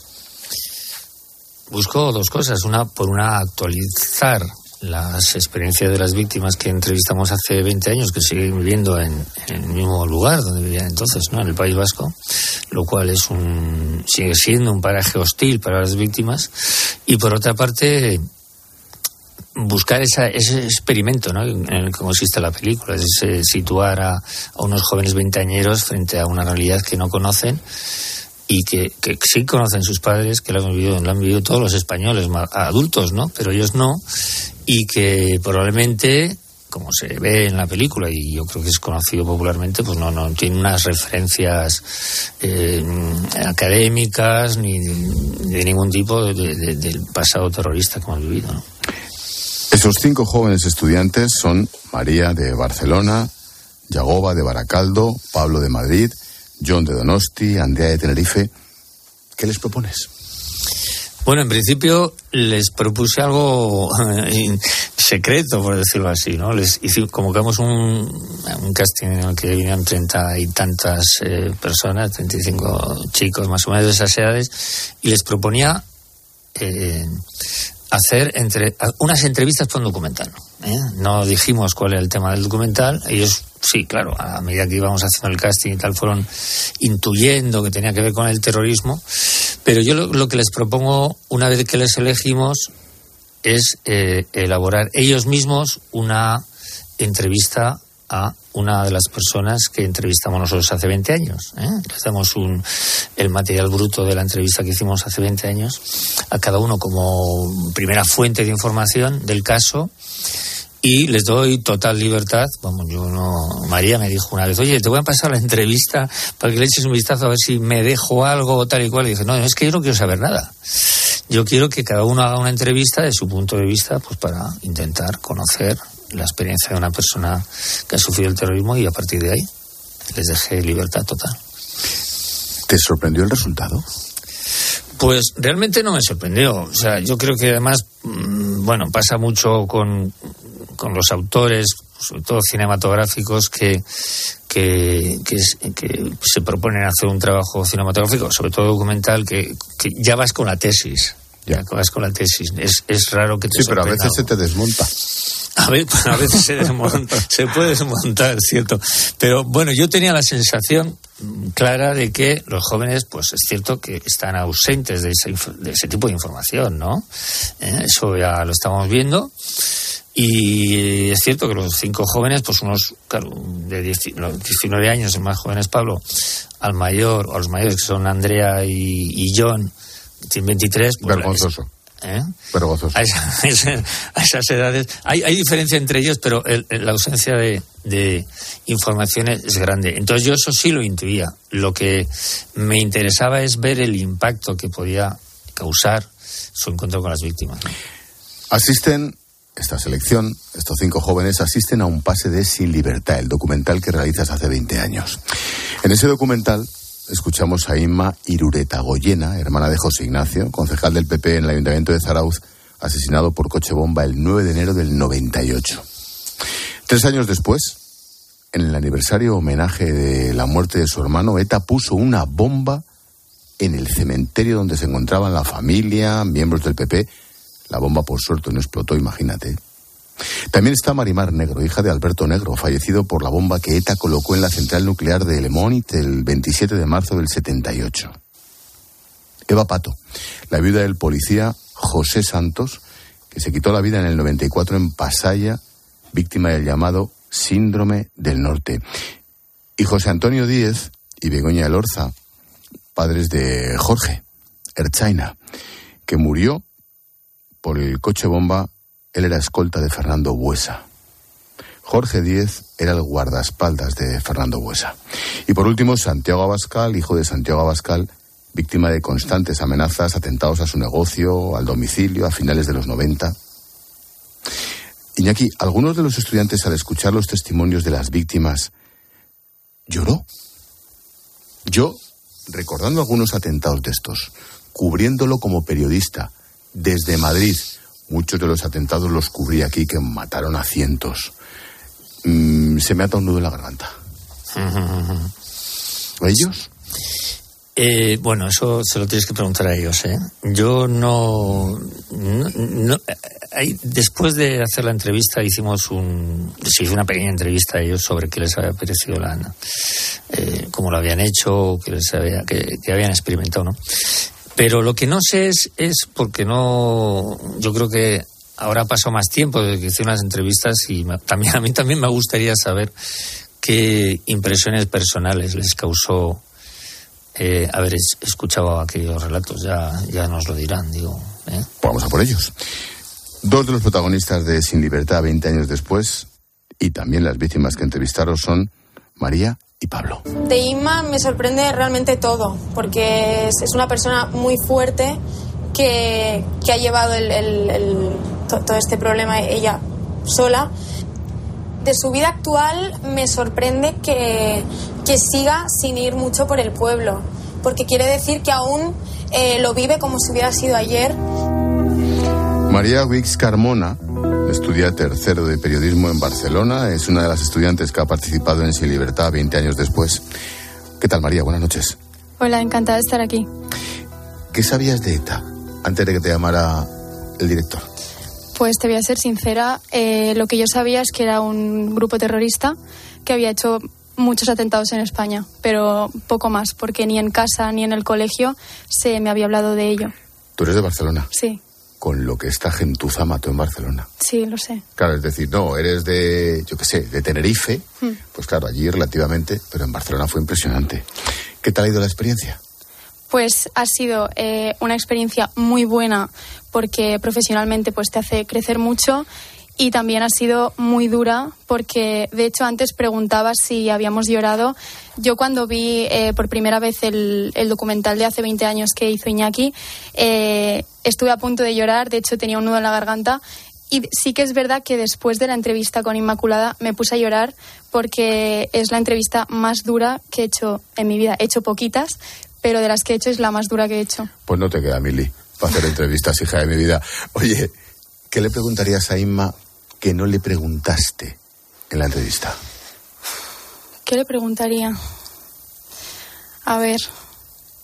Busco dos cosas. Una, por una, actualizar las experiencias de las víctimas que entrevistamos hace veinte años, que siguen viviendo en, en el mismo lugar donde vivían entonces, ¿no? En el País Vasco, lo cual es un sigue siendo un paraje hostil para las víctimas. Y por otra parte, buscar esa, ese experimento, ¿no? En el que consiste la película, es ese, situar a, a unos jóvenes veinteañeros frente a una realidad que no conocen y que, que sí conocen sus padres, que lo han vivido, lo han vivido todos los españoles, adultos, ¿no? Pero ellos no, y que probablemente, como se ve en la película, y yo creo que es conocido popularmente, pues no, no tiene unas referencias eh, académicas ni de ningún tipo de, de, del pasado terrorista que hemos vivido, ¿no? Esos cinco jóvenes estudiantes son María de Barcelona, Yagoba de Baracaldo, Pablo de Madrid, John de Donosti, Andrea de Tenerife. ¿Qué les propones? Bueno, en principio les propuse algo secreto, por decirlo así, ¿no? Les hicimos, convocamos un, un casting en el que vinieron treinta y tantas eh, personas, treinta y cinco chicos más o menos de esas edades, y les proponía eh, hacer entre unas entrevistas para un documental, ¿eh? No dijimos cuál era el tema del documental. Ellos, sí, claro, a medida que íbamos haciendo el casting y tal, fueron intuyendo que tenía que ver con el terrorismo. Pero yo lo, lo que les propongo, una vez que les elegimos, es eh, elaborar ellos mismos una entrevista a una de las personas que entrevistamos nosotros hace veinte años, ¿eh? Les damos un, el material bruto de la entrevista que hicimos hace veinte años a cada uno como primera fuente de información del caso, y les doy total libertad. Vamos, yo no... María me dijo una vez, oye, te voy a pasar la entrevista para que le eches un vistazo a ver si me dejo algo tal y cual. Y dije, no, es que yo no quiero saber nada. Yo quiero que cada uno haga una entrevista de su punto de vista, pues para intentar conocer la experiencia de una persona que ha sufrido el terrorismo, y a partir de ahí les dejé libertad total. ¿Te sorprendió el resultado? Pues realmente no me sorprendió. O sea, yo creo que además, bueno, pasa mucho con, con los autores, sobre todo cinematográficos, que, que, que, que se proponen hacer un trabajo cinematográfico, sobre todo documental, que, que ya vas con la tesis. Ya acabas con la tesis. Es, es raro que te Sí, pero a veces algo. se te desmonta. A ver, a veces se, desmonta, se puede desmontar, cierto. Pero bueno, yo tenía la sensación clara de que los jóvenes, pues es cierto que están ausentes de ese, de ese tipo de información, ¿no? ¿Eh? Eso ya lo estamos viendo. Y es cierto que los cinco jóvenes, pues unos, claro, de diecinueve años, el más joven es Pablo, al mayor, o a los mayores que son Andrea y, y John, tienen veintitrés. Pues vergonzoso. ¿Eh? Vergonzoso. A, esa, a, esa, a esas edades. Hay, hay diferencia entre ellos, pero el, el, la ausencia de, de información es grande. Entonces yo eso sí lo intuía. Lo que me interesaba es ver el impacto que podía causar su encuentro con las víctimas. Asisten... Esta selección, estos cinco jóvenes, asisten a un pase de Sin Libertad, el documental que realizas hace veinte años. En ese documental escuchamos a Inma Irureta Goyena, hermana de José Ignacio, concejal del P P en el Ayuntamiento de Zarauz, asesinado por coche bomba el nueve de enero del noventa y ocho. Tres años después, en el aniversario homenaje de la muerte de su hermano, ETA puso una bomba en el cementerio donde se encontraban la familia, miembros del P P. La bomba, por suerte, no explotó, imagínate. También está Marimar Negro, hija de Alberto Negro, fallecido por la bomba que ETA colocó en la central nuclear de Lemónit el veintisiete de marzo del setenta y ocho. Eva Pato, la viuda del policía José Santos, que se quitó la vida en el noventa y cuatro en Pasaya, víctima del llamado Síndrome del Norte. Y José Antonio Díez y Begoña Elorza, padres de Jorge Erchaina, que murió por el coche bomba. Él era escolta de Fernando Buesa. Jorge Díez era el guardaespaldas de Fernando Buesa. Y por último, Santiago Abascal, hijo de Santiago Abascal, víctima de constantes amenazas, atentados a su negocio, al domicilio, a finales de los noventa. Iñaki, algunos de los estudiantes, al escuchar los testimonios de las víctimas, lloró. Yo, recordando algunos atentados de estos, cubriéndolo como periodista, desde Madrid, muchos de los atentados los cubrí aquí, que mataron a cientos. Mm, se me ata un nudo en la garganta. ¿Ellos? Eh, bueno, eso se lo tienes que preguntar a ellos, ¿eh? Yo no... no, no hay, después de hacer la entrevista hicimos un... Se hizo una pequeña entrevista a ellos sobre qué les había parecido la... Eh, cómo lo habían hecho, qué les había, qué, qué habían experimentado, ¿no? Pero lo que no sé es, es porque no... Yo creo que ahora ha pasado más tiempo desde que hice unas entrevistas y me, también, a mí también me gustaría saber qué impresiones personales les causó eh, haber escuchado aquellos relatos. Ya, ya nos lo dirán, digo. ¿eh? Vamos a por ellos. Dos de los protagonistas de Sin Libertad veinte años después, y también las víctimas que entrevistaron, son María y Pablo. De Inma me sorprende realmente todo, porque es, es una persona muy fuerte que, que ha llevado el, el, el, to, todo este problema ella sola. De su vida actual me sorprende que, que siga sin ir mucho por el pueblo, porque quiere decir que aún eh, lo vive como si hubiera sido ayer. María Wix Carmona estudia tercero de periodismo en Barcelona. Es una de las estudiantes que ha participado en Sin Libertad veinte años después. ¿Qué tal, María? Buenas noches. Hola, encantada de estar aquí. ¿Qué sabías de ETA antes de que te llamara el director? Pues te voy a ser sincera, eh, lo que yo sabía es que era un grupo terrorista que había hecho muchos atentados en España, pero poco más, porque ni en casa ni en el colegio se me había hablado de ello. ¿Tú eres de Barcelona? Sí. Con lo que esta gentuza mató en Barcelona. Sí, lo sé. Claro, es decir, no, eres de, yo qué sé, de Tenerife, hmm. pues claro, allí relativamente, pero en Barcelona fue impresionante. ¿Qué tal ha ido la experiencia? Pues ha sido eh, una experiencia muy buena, porque profesionalmente pues te hace crecer mucho, y también ha sido muy dura porque, de hecho, antes preguntabas si habíamos llorado. Yo cuando vi eh, por primera vez el, el documental de hace veinte años que hizo Iñaki, eh, estuve a punto de llorar, de hecho tenía un nudo en la garganta, y sí que es verdad que después de la entrevista con Inmaculada me puse a llorar porque es la entrevista más dura que he hecho en mi vida. He hecho poquitas, pero de las que he hecho es la más dura que he hecho. Pues no te queda, Mili, para hacer entrevistas, hija de mi vida. Oye, ¿qué le preguntarías a Inma que no le preguntaste en la entrevista? ¿Qué le preguntaría? A ver,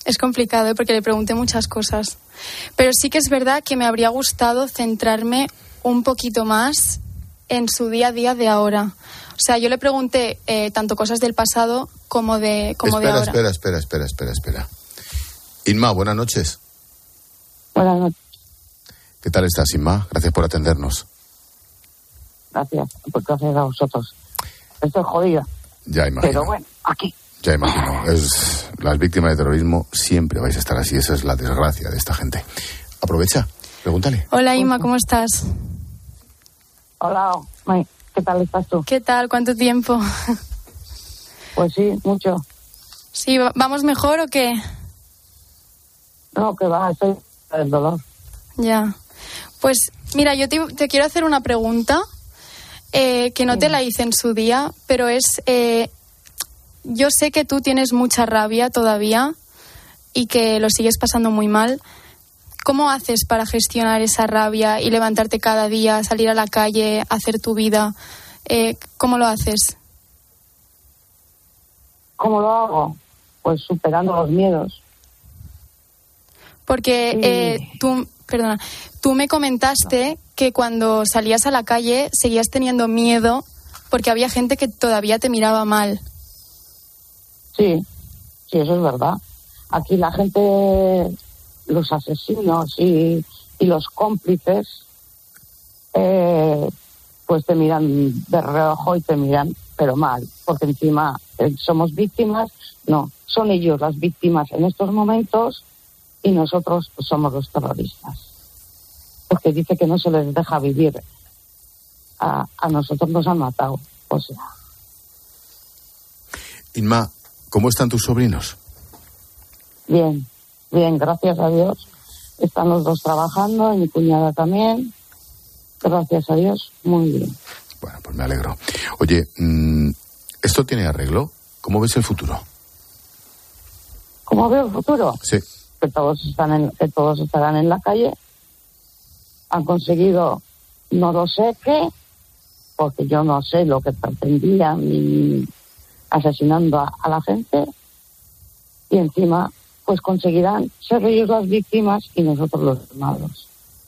Es complicado, ¿eh? Porque le pregunté muchas cosas. Pero sí que es verdad que me habría gustado centrarme un poquito más en su día a día de ahora. O sea, yo le pregunté eh, tanto cosas del pasado como de, como espera, de ahora. Espera, espera, espera, espera, espera. Inma, buenas noches. Buenas noches. ¿Qué tal estás, Inma? Gracias por atendernos. Gracias, por gracias a vosotros. Estoy jodida. Ya imagino. Pero bueno, aquí. Ya imagino. Es, las víctimas de terrorismo siempre vais a estar así. Esa es la desgracia de esta gente. Aprovecha, pregúntale. Hola, Inma, ¿cómo estás? Hola, ¿qué tal estás tú? ¿Qué tal? ¿Cuánto tiempo? Pues sí, mucho. Sí, ¿vamos mejor o qué? No, que va, estoy del dolor. Ya. Pues mira, yo te, te quiero hacer una pregunta eh, que no sí. te la hice en su día, pero es... Eh, yo sé que tú tienes mucha rabia todavía y que lo sigues pasando muy mal. ¿Cómo haces para gestionar esa rabia y levantarte cada día, salir a la calle, hacer tu vida? Eh, ¿Cómo lo haces? ¿Cómo lo hago? Pues superando los miedos. Porque sí. eh, tú, perdona, tú me comentaste que cuando salías a la calle seguías teniendo miedo porque había gente que todavía te miraba mal. Sí, sí, eso es verdad. Aquí la gente, los asesinos y, y los cómplices, eh, pues te miran de reojo y te miran, pero mal, porque encima eh, somos víctimas. No, son ellos las víctimas en estos momentos y nosotros pues, somos los terroristas. Porque dice que no se les deja vivir. A, a nosotros nos han matado, o sea. Inma, ¿cómo están tus sobrinos? Bien, bien, gracias a Dios. Están los dos trabajando y mi cuñada también. Gracias a Dios, muy bien. Bueno, pues me alegro. Oye, ¿esto tiene arreglo? ¿Cómo ves el futuro? ¿Cómo veo el futuro? Sí. Que todos están en, que todos estarán en la calle. Han conseguido, no lo sé qué, porque yo no sé lo que pretendían ni asesinando a, a la gente, y encima pues conseguirán ser ellos las víctimas y nosotros los malos,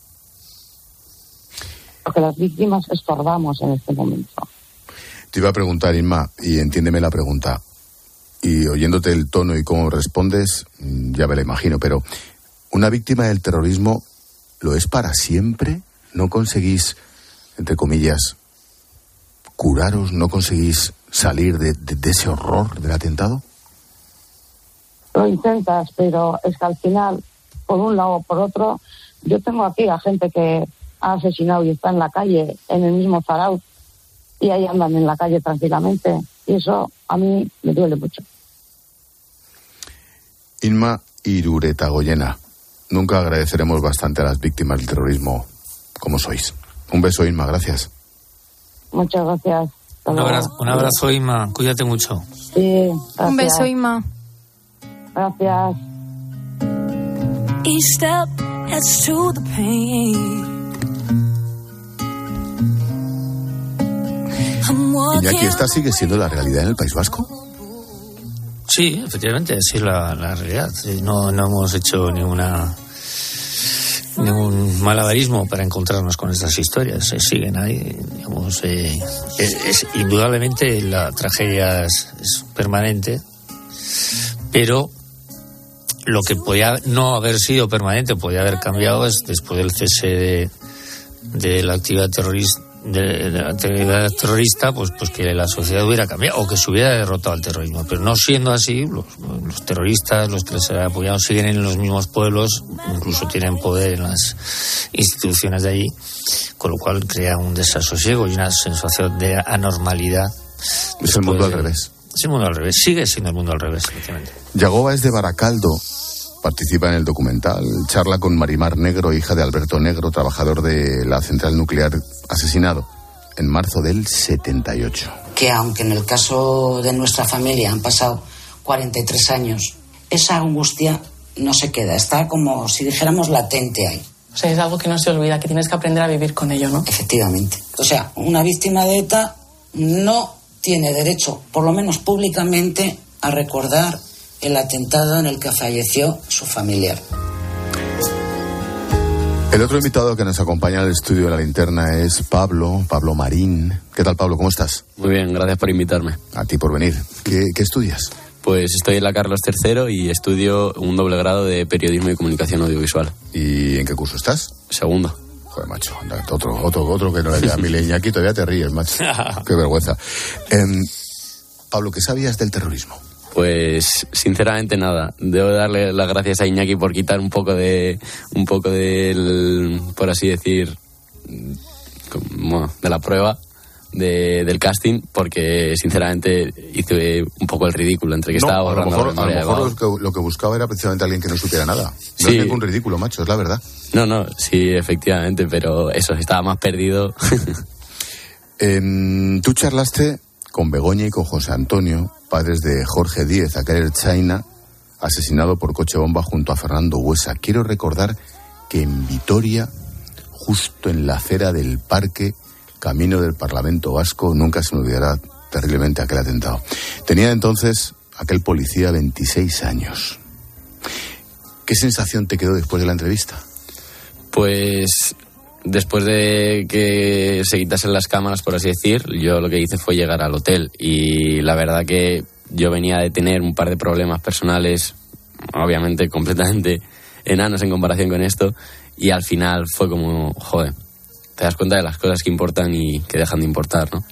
porque las víctimas estorbamos en este momento. Te iba a preguntar, Inma, y entiéndeme la pregunta, y oyéndote el tono y cómo respondes, ya me la imagino, pero ¿una víctima del terrorismo lo es para siempre? ¿No conseguís, entre comillas, curaros? ¿No conseguís salir de, de, de ese horror del atentado? Lo intentas, pero es que al final, por un lado o por otro, yo tengo aquí a gente que ha asesinado y está en la calle, en el mismo Zarauz, y ahí andan en la calle tranquilamente, y eso a mí me duele mucho. Inma Iruretagoyena, nunca agradeceremos bastante a las víctimas del terrorismo como sois. Un beso, Inma, gracias. Muchas gracias. Un abrazo, un abrazo, Inma. Cuídate mucho. Sí, gracias. Un beso, Inma. Gracias. Each step adds to the pain. Iñaki, ¿esta sigue siendo la realidad en el País Vasco? Sí, efectivamente, sí es la, la realidad. No, no hemos hecho ninguna ningún malabarismo para encontrarnos con estas historias. Se siguen ahí, digamos. Eh, es, es, indudablemente la tragedia es, es permanente, pero lo que podía no haber sido permanente, podía haber cambiado, es después del cese de, de la actividad terrorista. De, de la actividad terrorista, pues, pues que la sociedad hubiera cambiado o que se hubiera derrotado al terrorismo. Pero no siendo así, los, los terroristas, los que les han apoyado, siguen en los mismos pueblos, incluso tienen poder en las instituciones de allí, con lo cual crea un desasosiego y una sensación de anormalidad. Es el mundo al revés. Es el mundo al revés, sigue siendo el mundo al revés, efectivamente. Yagoba es de Baracaldo. Participa en el documental, charla con Marimar Negro, hija de Alberto Negro, trabajador de la central nuclear, asesinado en marzo del setenta y ocho. Que aunque en el caso de nuestra familia han pasado cuarenta y tres años, esa angustia no se queda, está como si dijéramos latente ahí. O sea, es algo que no se olvida, que tienes que aprender a vivir con ello, ¿no? Efectivamente. O sea, una víctima de ETA no tiene derecho, por lo menos públicamente, a recordar el atentado en el que falleció su familiar. El otro invitado que nos acompaña al estudio de La Linterna es Pablo, Pablo Marín. ¿Qué tal, Pablo? ¿Cómo estás? Muy bien, gracias por invitarme. A ti por venir. ¿Qué, qué estudias? Pues estoy en la Carlos tercero y estudio un doble grado de Periodismo y Comunicación Audiovisual. ¿Y en qué curso estás? Segundo. Joder, macho, anda, otro, otro, otro que no le queda a mi Iñaki, todavía te ríes, macho. Qué vergüenza. Eh, Pablo, ¿qué sabías del terrorismo? Pues sinceramente nada. Debo darle las gracias a Iñaki por quitar un poco de un poco del, por así decir, bueno, de la prueba de, del casting, porque sinceramente hice un poco el ridículo entre que no, estaba borrando a lo mejor, la memoria. A lo mejor lo que, lo que buscaba era precisamente alguien que no supiera nada. No sí. Es ningún ridículo, macho, es la verdad. No, no, sí, efectivamente, pero eso, estaba más perdido. eh, tú charlaste con Begoña y con José Antonio, padres de Jorge Díez, aquel Ertzaina asesinado por coche bomba junto a Fernando Buesa. Quiero recordar que en Vitoria, justo en la acera del parque, camino del Parlamento Vasco, nunca se me olvidará terriblemente aquel atentado. Tenía entonces aquel policía veintiséis años. ¿Qué sensación te quedó después de la entrevista? Pues después de que se quitasen las cámaras, por así decir, yo lo que hice fue llegar al hotel y la verdad que yo venía de tener un par de problemas personales, obviamente completamente enanos en comparación con esto, y al final fue como, joder, te das cuenta de las cosas que importan y que dejan de importar, ¿no?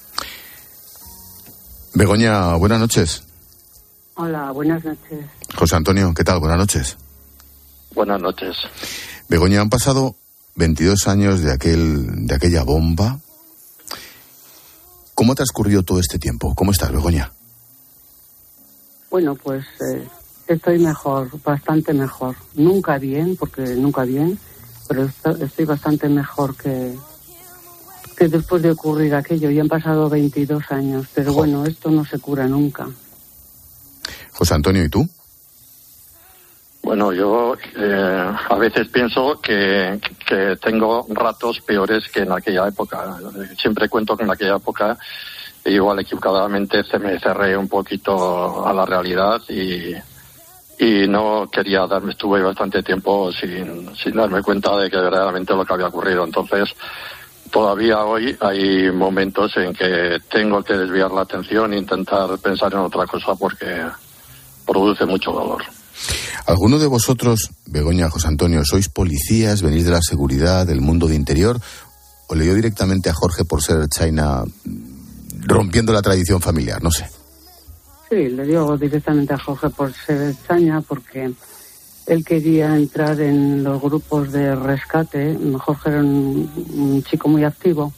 Begoña, buenas noches. Hola, buenas noches. José Antonio, ¿qué tal? Buenas noches. Buenas noches. Begoña, han pasado veintidós años de aquel de aquella bomba. ¿Cómo ha transcurrido todo este tiempo? ¿Cómo estás, Begoña? Bueno, pues eh, estoy mejor, bastante mejor. Nunca bien, porque nunca bien, pero estoy bastante mejor que, que después de ocurrir aquello. Ya han pasado veintidós años, pero bueno, esto no se cura nunca. José Antonio, ¿y tú? Bueno, yo eh, a veces pienso que, que tengo ratos peores que en aquella época. Siempre cuento que en aquella época igual equivocadamente me cerré un poquito a la realidad y, y no quería darme, estuve bastante tiempo sin, sin darme cuenta de que verdaderamente lo que había ocurrido. Entonces, todavía hoy hay momentos en que tengo que desviar la atención e intentar pensar en otra cosa porque produce mucho dolor. ¿Alguno de vosotros, Begoña, José Antonio, sois policías, venís de la seguridad, del mundo de interior, o le dio directamente a Jorge por ser Ertzaina rompiendo la tradición familiar? No sé. Sí, le dio directamente a Jorge por ser Ertzaina porque él quería entrar en los grupos de rescate. Jorge era un, un chico muy activo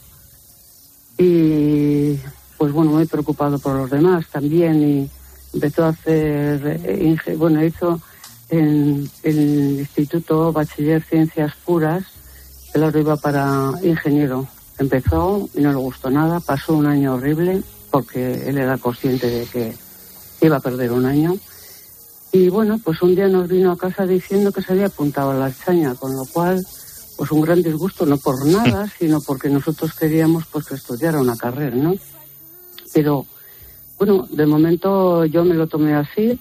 y pues bueno, muy preocupado por los demás también, y empezó a hacer, bueno, hizo en el Instituto Bachiller Ciencias Puras, él ahora iba para ingeniero. Empezó y no le gustó nada, pasó un año horrible porque él era consciente de que iba a perder un año. Y bueno, pues un día nos vino a casa diciendo que se había apuntado a la Ertzaina, con lo cual, pues un gran disgusto, no por nada, sino porque nosotros queríamos pues que estudiara una carrera, ¿no? Pero bueno, de momento yo me lo tomé así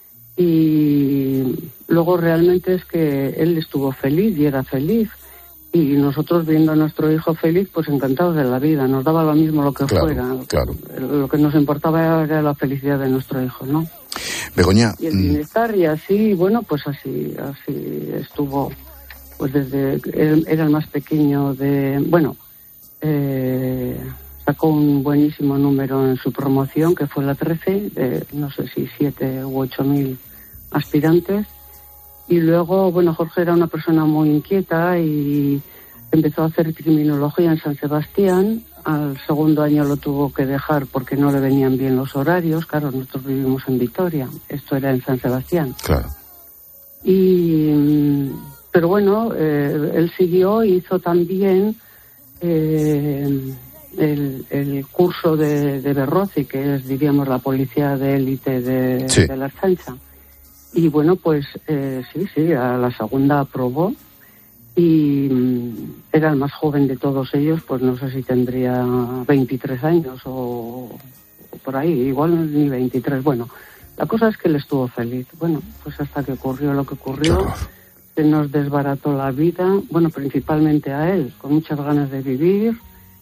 y luego realmente es que él estuvo feliz y era feliz. Y nosotros viendo a nuestro hijo feliz, pues encantados de la vida. Nos daba lo mismo lo que claro, fuera. Claro. Lo que nos importaba era la felicidad de nuestro hijo, ¿no? Begoña. Y el bienestar, y así, bueno, pues así, así estuvo. Pues desde, él era el más pequeño de, bueno, eh, sacó un buenísimo número en su promoción, que fue la trece, de no sé si siete u ocho mil aspirantes. Y luego, bueno, Jorge era una persona muy inquieta y empezó a hacer criminología en San Sebastián. Al segundo año lo tuvo que dejar porque no le venían bien los horarios. Claro, nosotros vivimos en Vitoria, esto era en San Sebastián. Claro. Y, pero bueno, eh, él siguió, hizo también eh, el, el curso de, de Berrozi, que es, diríamos, la policía de élite de, sí. de la Ertzaintza. Y bueno, pues eh, sí, sí, a la segunda aprobó y mm, era el más joven de todos ellos, pues no sé si tendría veintitrés años o, o por ahí, igual ni veintitrés, bueno, La cosa es que él estuvo feliz. Bueno, pues hasta que ocurrió lo que ocurrió, se nos desbarató la vida, bueno, principalmente a él, con muchas ganas de vivir.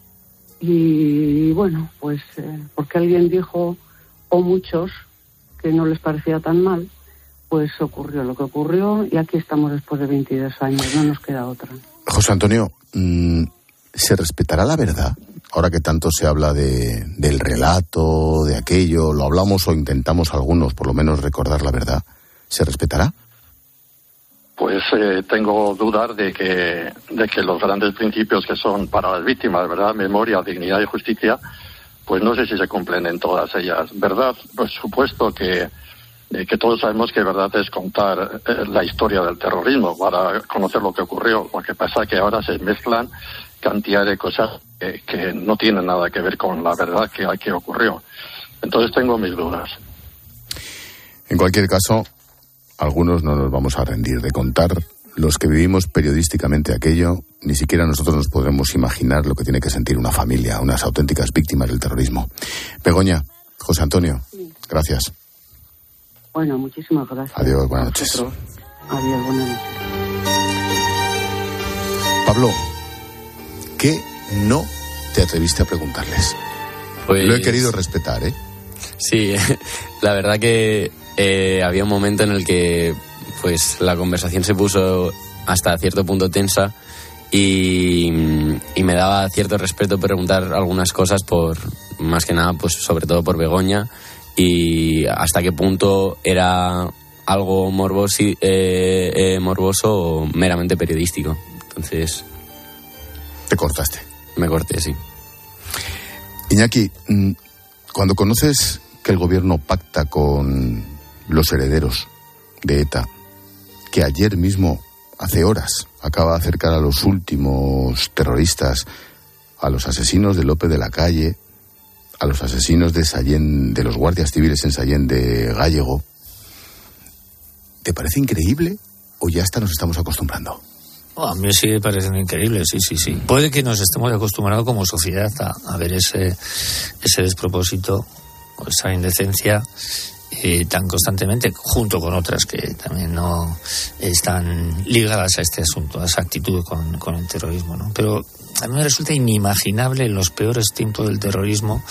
Y bueno, pues eh, porque alguien dijo, o muchos, que no les parecía tan mal, pues ocurrió lo que ocurrió y aquí estamos después de veintidós años, no nos queda otra. José Antonio, ¿se respetará la verdad? Ahora que tanto se habla de, del relato, de aquello, lo hablamos o intentamos algunos, por lo menos, recordar la verdad, ¿se respetará? Pues eh, tengo dudas de que, de que los grandes principios que son para las víctimas, ¿verdad? Memoria, dignidad y justicia, pues no sé si se cumplen en todas ellas. ¿Verdad? Pues supuesto que, eh, que todos sabemos que verdad es contar eh, la historia del terrorismo para conocer lo que ocurrió. Lo que pasa es que ahora se mezclan cantidad de cosas que, que no tienen nada que ver con la verdad que, que ocurrió. Entonces tengo mis dudas. En cualquier caso, algunos no nos vamos a rendir de contar. Los que vivimos periodísticamente aquello, ni siquiera nosotros nos podremos imaginar lo que tiene que sentir una familia, unas auténticas víctimas del terrorismo. Begoña, José Antonio, gracias. Bueno, muchísimas gracias. Adiós, buenas noches. Adiós, buenas noches. Pablo, ¿qué no te atreviste a preguntarles? Pues... Lo he querido respetar, ¿eh? Sí, la verdad que eh, había un momento en el que pues la conversación se puso hasta cierto punto tensa y, y me daba cierto respeto preguntar algunas cosas por, más que nada, pues sobre todo por Begoña y hasta qué punto era algo morboso, eh, eh, morboso o meramente periodístico. Entonces... Te cortaste. Me corté, sí. Iñaki, cuando conoces que el gobierno pacta con los herederos de ETA, que ayer mismo, hace horas, acaba de acercar a los últimos terroristas, a los asesinos de López de la Calle, a los asesinos de Sallén, de los guardias civiles en Sallén de Gállego, ¿te parece increíble o ya hasta nos estamos acostumbrando? Oh, a mí sí me parece increíble, sí, sí, sí. Puede que nos estemos acostumbrados como sociedad a, a ver ese, ese despropósito o esa indecencia eh, tan constantemente, junto con otras que también no están ligadas a este asunto, a esa actitud con, con el terrorismo, ¿no? Pero a mí me resulta inimaginable en los peores tiempos del terrorismo,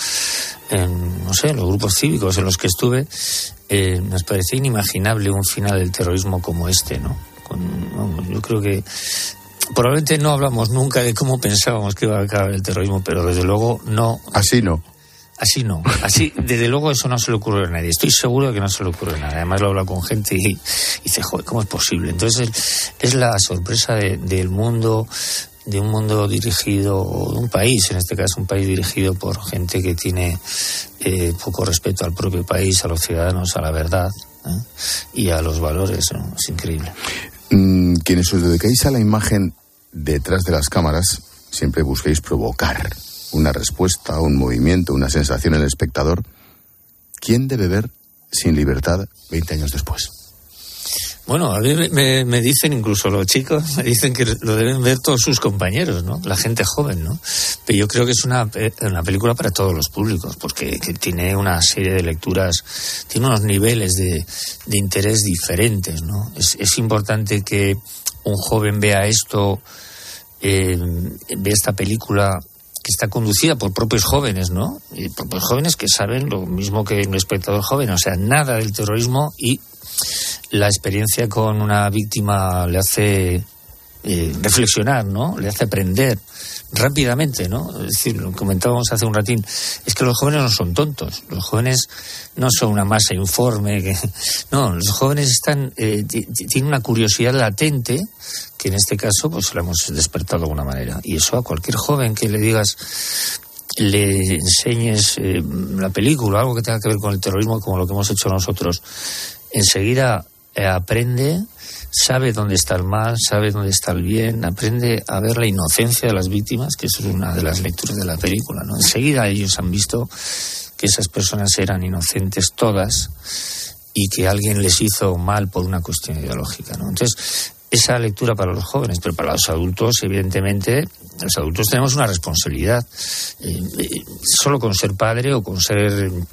en, no sé, en los grupos cívicos en los que estuve, eh, nos parecía inimaginable un final del terrorismo como este, ¿no? Con, vamos, yo creo que probablemente no hablamos nunca de cómo pensábamos que iba a acabar el terrorismo, pero desde luego no. Así no. Así no. Así, desde luego eso no se le ocurre a nadie. Estoy seguro de que no se le ocurre a nadie. Además lo hablo con gente y, y dice, joder, ¿cómo es posible? Entonces es, es la sorpresa de, del mundo, de un mundo dirigido, de un país, en este caso un país dirigido por gente que tiene eh, poco respeto al propio país, a los ciudadanos, a la verdad, ¿eh? Y a los valores, ¿no? Es increíble. Mm, quienes os dedicáis a la imagen detrás de las cámaras, siempre busquéis provocar una respuesta, un movimiento, una sensación en el espectador. ¿Quién debe ver Sin Libertad veinte años después? Bueno, a mí me, me dicen, incluso los chicos, me dicen que lo deben ver todos sus compañeros, ¿no? La gente joven, ¿no? Pero yo creo que es una, una película para todos los públicos, porque que tiene una serie de lecturas, tiene unos niveles de, de interés diferentes, ¿no? Es, es importante que un joven vea esto, eh, vea esta película que está conducida por propios jóvenes, ¿no? Y propios jóvenes que saben lo mismo que un espectador joven, o sea, nada del terrorismo, y la experiencia con una víctima le hace eh, reflexionar, ¿no? Le hace aprender rápidamente, ¿no? Es decir, lo comentábamos hace un ratín, es que los jóvenes no son tontos, los jóvenes no son una masa informe, que no, los jóvenes están eh, t- t- tienen una curiosidad latente que en este caso pues la hemos despertado de alguna manera, y eso a cualquier joven que le digas, le enseñes eh, la película, algo que tenga que ver con el terrorismo, como lo que hemos hecho nosotros, enseguida eh, aprende, sabe dónde está el mal, sabe dónde está el bien, aprende a ver la inocencia de las víctimas, que eso es una de las lecturas de la película, ¿no? Enseguida ellos han visto que esas personas eran inocentes todas y que alguien les hizo mal por una cuestión ideológica, ¿no? Entonces, esa lectura para los jóvenes, pero para los adultos, evidentemente, los adultos tenemos una responsabilidad. Eh, eh, solo con ser padre o con ser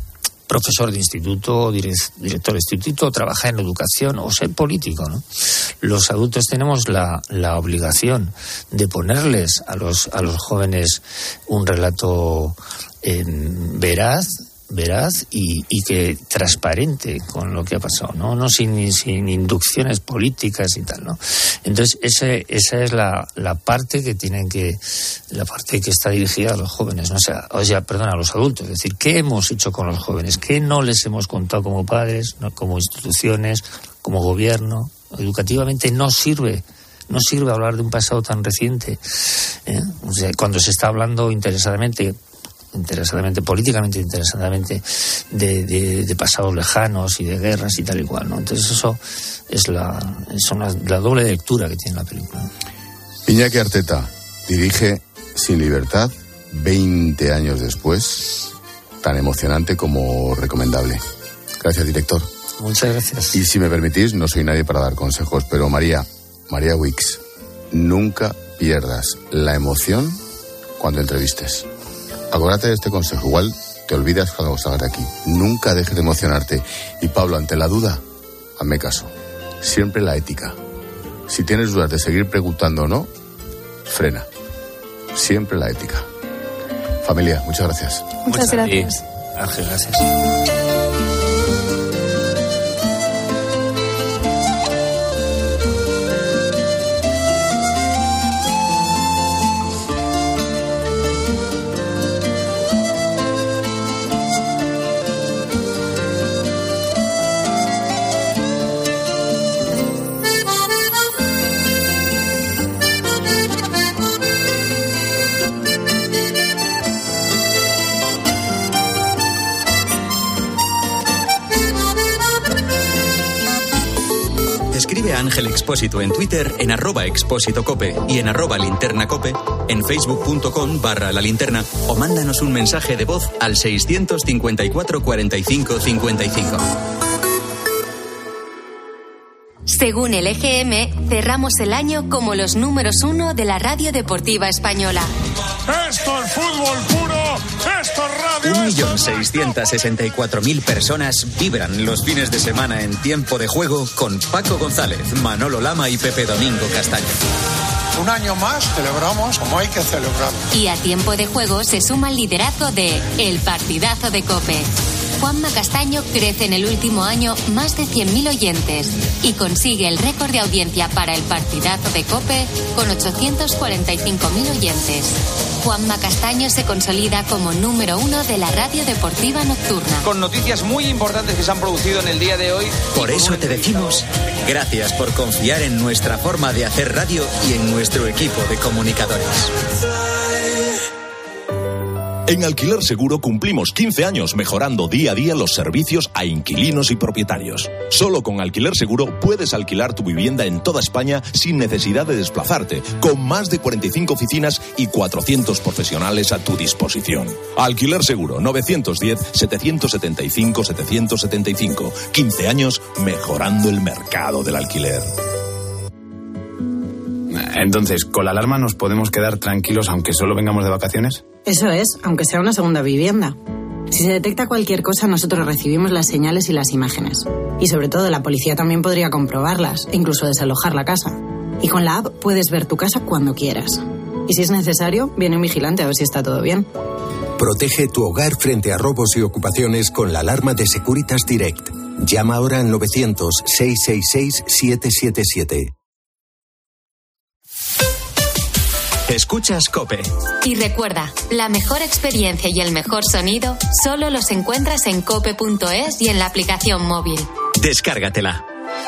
profesor de instituto, director de instituto, trabajar en educación o ser político, ¿no? Los adultos tenemos la, la obligación de ponerles a los, a los jóvenes un relato eh, veraz, veraz y, y que transparente con lo que ha pasado, no, no sin, sin inducciones políticas y tal, ¿no? Entonces ese, esa es la, la parte que tienen que, la parte que está dirigida a los jóvenes, no, o sea, o sea, perdón, a los adultos, es decir, ¿qué hemos hecho con los jóvenes? ¿Qué no les hemos contado como padres, no, como instituciones, como gobierno? Educativamente no sirve. No sirve hablar de un pasado tan reciente, ¿eh? O sea, cuando se está hablando interesadamente interesadamente, políticamente interesadamente, de, de, de pasados lejanos y de guerras y tal y cual, ¿no? Entonces eso es la, es una, la doble lectura que tiene la película. Iñaki Arteta dirige Sin Libertad, veinte años después, tan emocionante como recomendable. Gracias, director. Muchas gracias. Y si me permitís, no soy nadie para dar consejos, pero María, María Wicks, nunca pierdas la emoción cuando entrevistes. Acuérdate de este consejo, igual te olvidas cuando salgas de aquí. Nunca dejes de emocionarte. Y Pablo, ante la duda, hazme caso. Siempre la ética. Si tienes dudas de seguir preguntando o no, frena. Siempre la ética. Familia, muchas gracias. Muchas, muchas gracias. Ángel, gracias. Ángel Expósito en Twitter, en arroba Expósito Cope y en arroba Linterna Cope, en facebook.com barra la linterna o mándanos un mensaje de voz al seiscientos cincuenta y cuatro cuarenta y cinco cincuenta y cinco. Según el E G M, cerramos el año como los números uno de la radio deportiva española. ¡Esto es fútbol puro! ¡Esto es radio! Un millón seiscientos sesenta y cuatro mil personas vibran los fines de semana en Tiempo de Juego con Paco González, Manolo Lama y Pepe Domingo Castaño. Un año más celebramos como hay que celebrar. Y a Tiempo de Juego se suma el liderazgo de El Partidazo de COPE. Juanma Castaño crece en el último año más de cien mil oyentes y consigue el récord de audiencia para El Partidazo de COPE con ochocientos cuarenta y cinco mil oyentes. Juanma Castaño se consolida como número uno de la radio deportiva nocturna. Con noticias muy importantes que se han producido en el día de hoy. Por eso te decimos gracias por confiar en nuestra forma de hacer radio y en nuestro equipo de comunicadores. En Alquiler Seguro cumplimos quince años mejorando día a día los servicios a inquilinos y propietarios. Solo con Alquiler Seguro puedes alquilar tu vivienda en toda España sin necesidad de desplazarte, con más de cuarenta y cinco oficinas y cuatrocientos profesionales a tu disposición. Alquiler Seguro, novecientos diez, setecientos setenta y cinco, setecientos setenta y cinco. quince años mejorando el mercado del alquiler. Entonces, ¿con la alarma nos podemos quedar tranquilos aunque solo vengamos de vacaciones? Eso es, aunque sea una segunda vivienda. Si se detecta cualquier cosa, nosotros recibimos las señales y las imágenes. Y sobre todo, la policía también podría comprobarlas e incluso desalojar la casa. Y con la app puedes ver tu casa cuando quieras. Y si es necesario, viene un vigilante a ver si está todo bien. Protege tu hogar frente a robos y ocupaciones con la alarma de Securitas Direct. Llama ahora al novecientos, seiscientos sesenta y seis, setecientos setenta y siete. Escuchas COPE. Y recuerda, la mejor experiencia y el mejor sonido solo los encuentras en cope punto es y en la aplicación móvil. Descárgatela.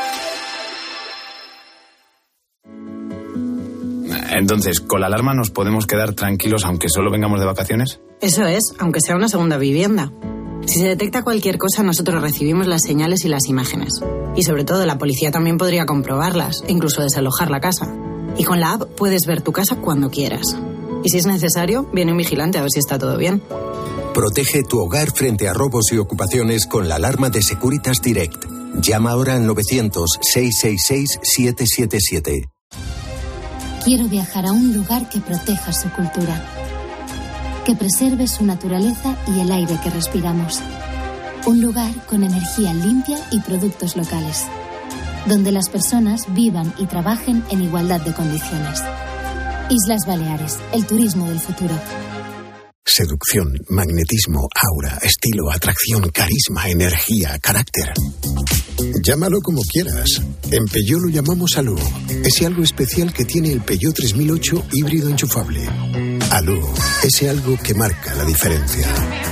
Entonces, ¿con la alarma nos podemos quedar tranquilos aunque solo vengamos de vacaciones? Eso es, aunque sea una segunda vivienda. Si se detecta cualquier cosa, nosotros recibimos las señales y las imágenes. Y sobre todo, la policía también podría comprobarlas e incluso desalojar la casa. Y con la app puedes ver tu casa cuando quieras. Y si es necesario, viene un vigilante a ver si está todo bien. Protege tu hogar frente a robos y ocupaciones con la alarma de Securitas Direct. Llama ahora al novecientos, seiscientos sesenta y seis, setecientos setenta y siete. Quiero viajar a un lugar que proteja su cultura, que preserve su naturaleza y el aire que respiramos, Un lugar con energía limpia y productos locales, donde las personas vivan y trabajen en igualdad de condiciones. Islas Baleares, el turismo del futuro. Seducción, magnetismo, aura, estilo, atracción, carisma, energía, carácter. Llámalo como quieras. En Peugeot lo llamamos Alú. Ese algo especial que tiene el Peugeot tres mil ocho híbrido enchufable. Alú, ese algo que marca la diferencia.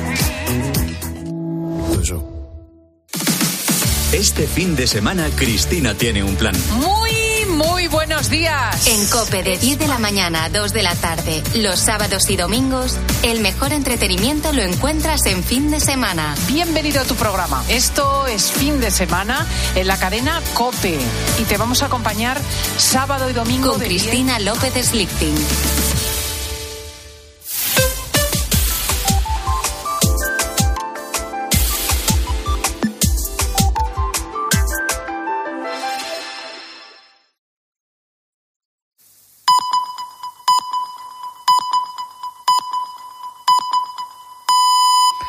Eso. Este fin de semana Cristina tiene un plan. Muy, muy buenos días. En COPE de diez de la mañana a dos de la tarde, los sábados y domingos, el mejor entretenimiento lo encuentras en fin de semana. Bienvenido a tu programa. Esto es Fin de Semana en la cadena COPE y te vamos a acompañar sábado y domingo con de Cristina diez... López Slichting.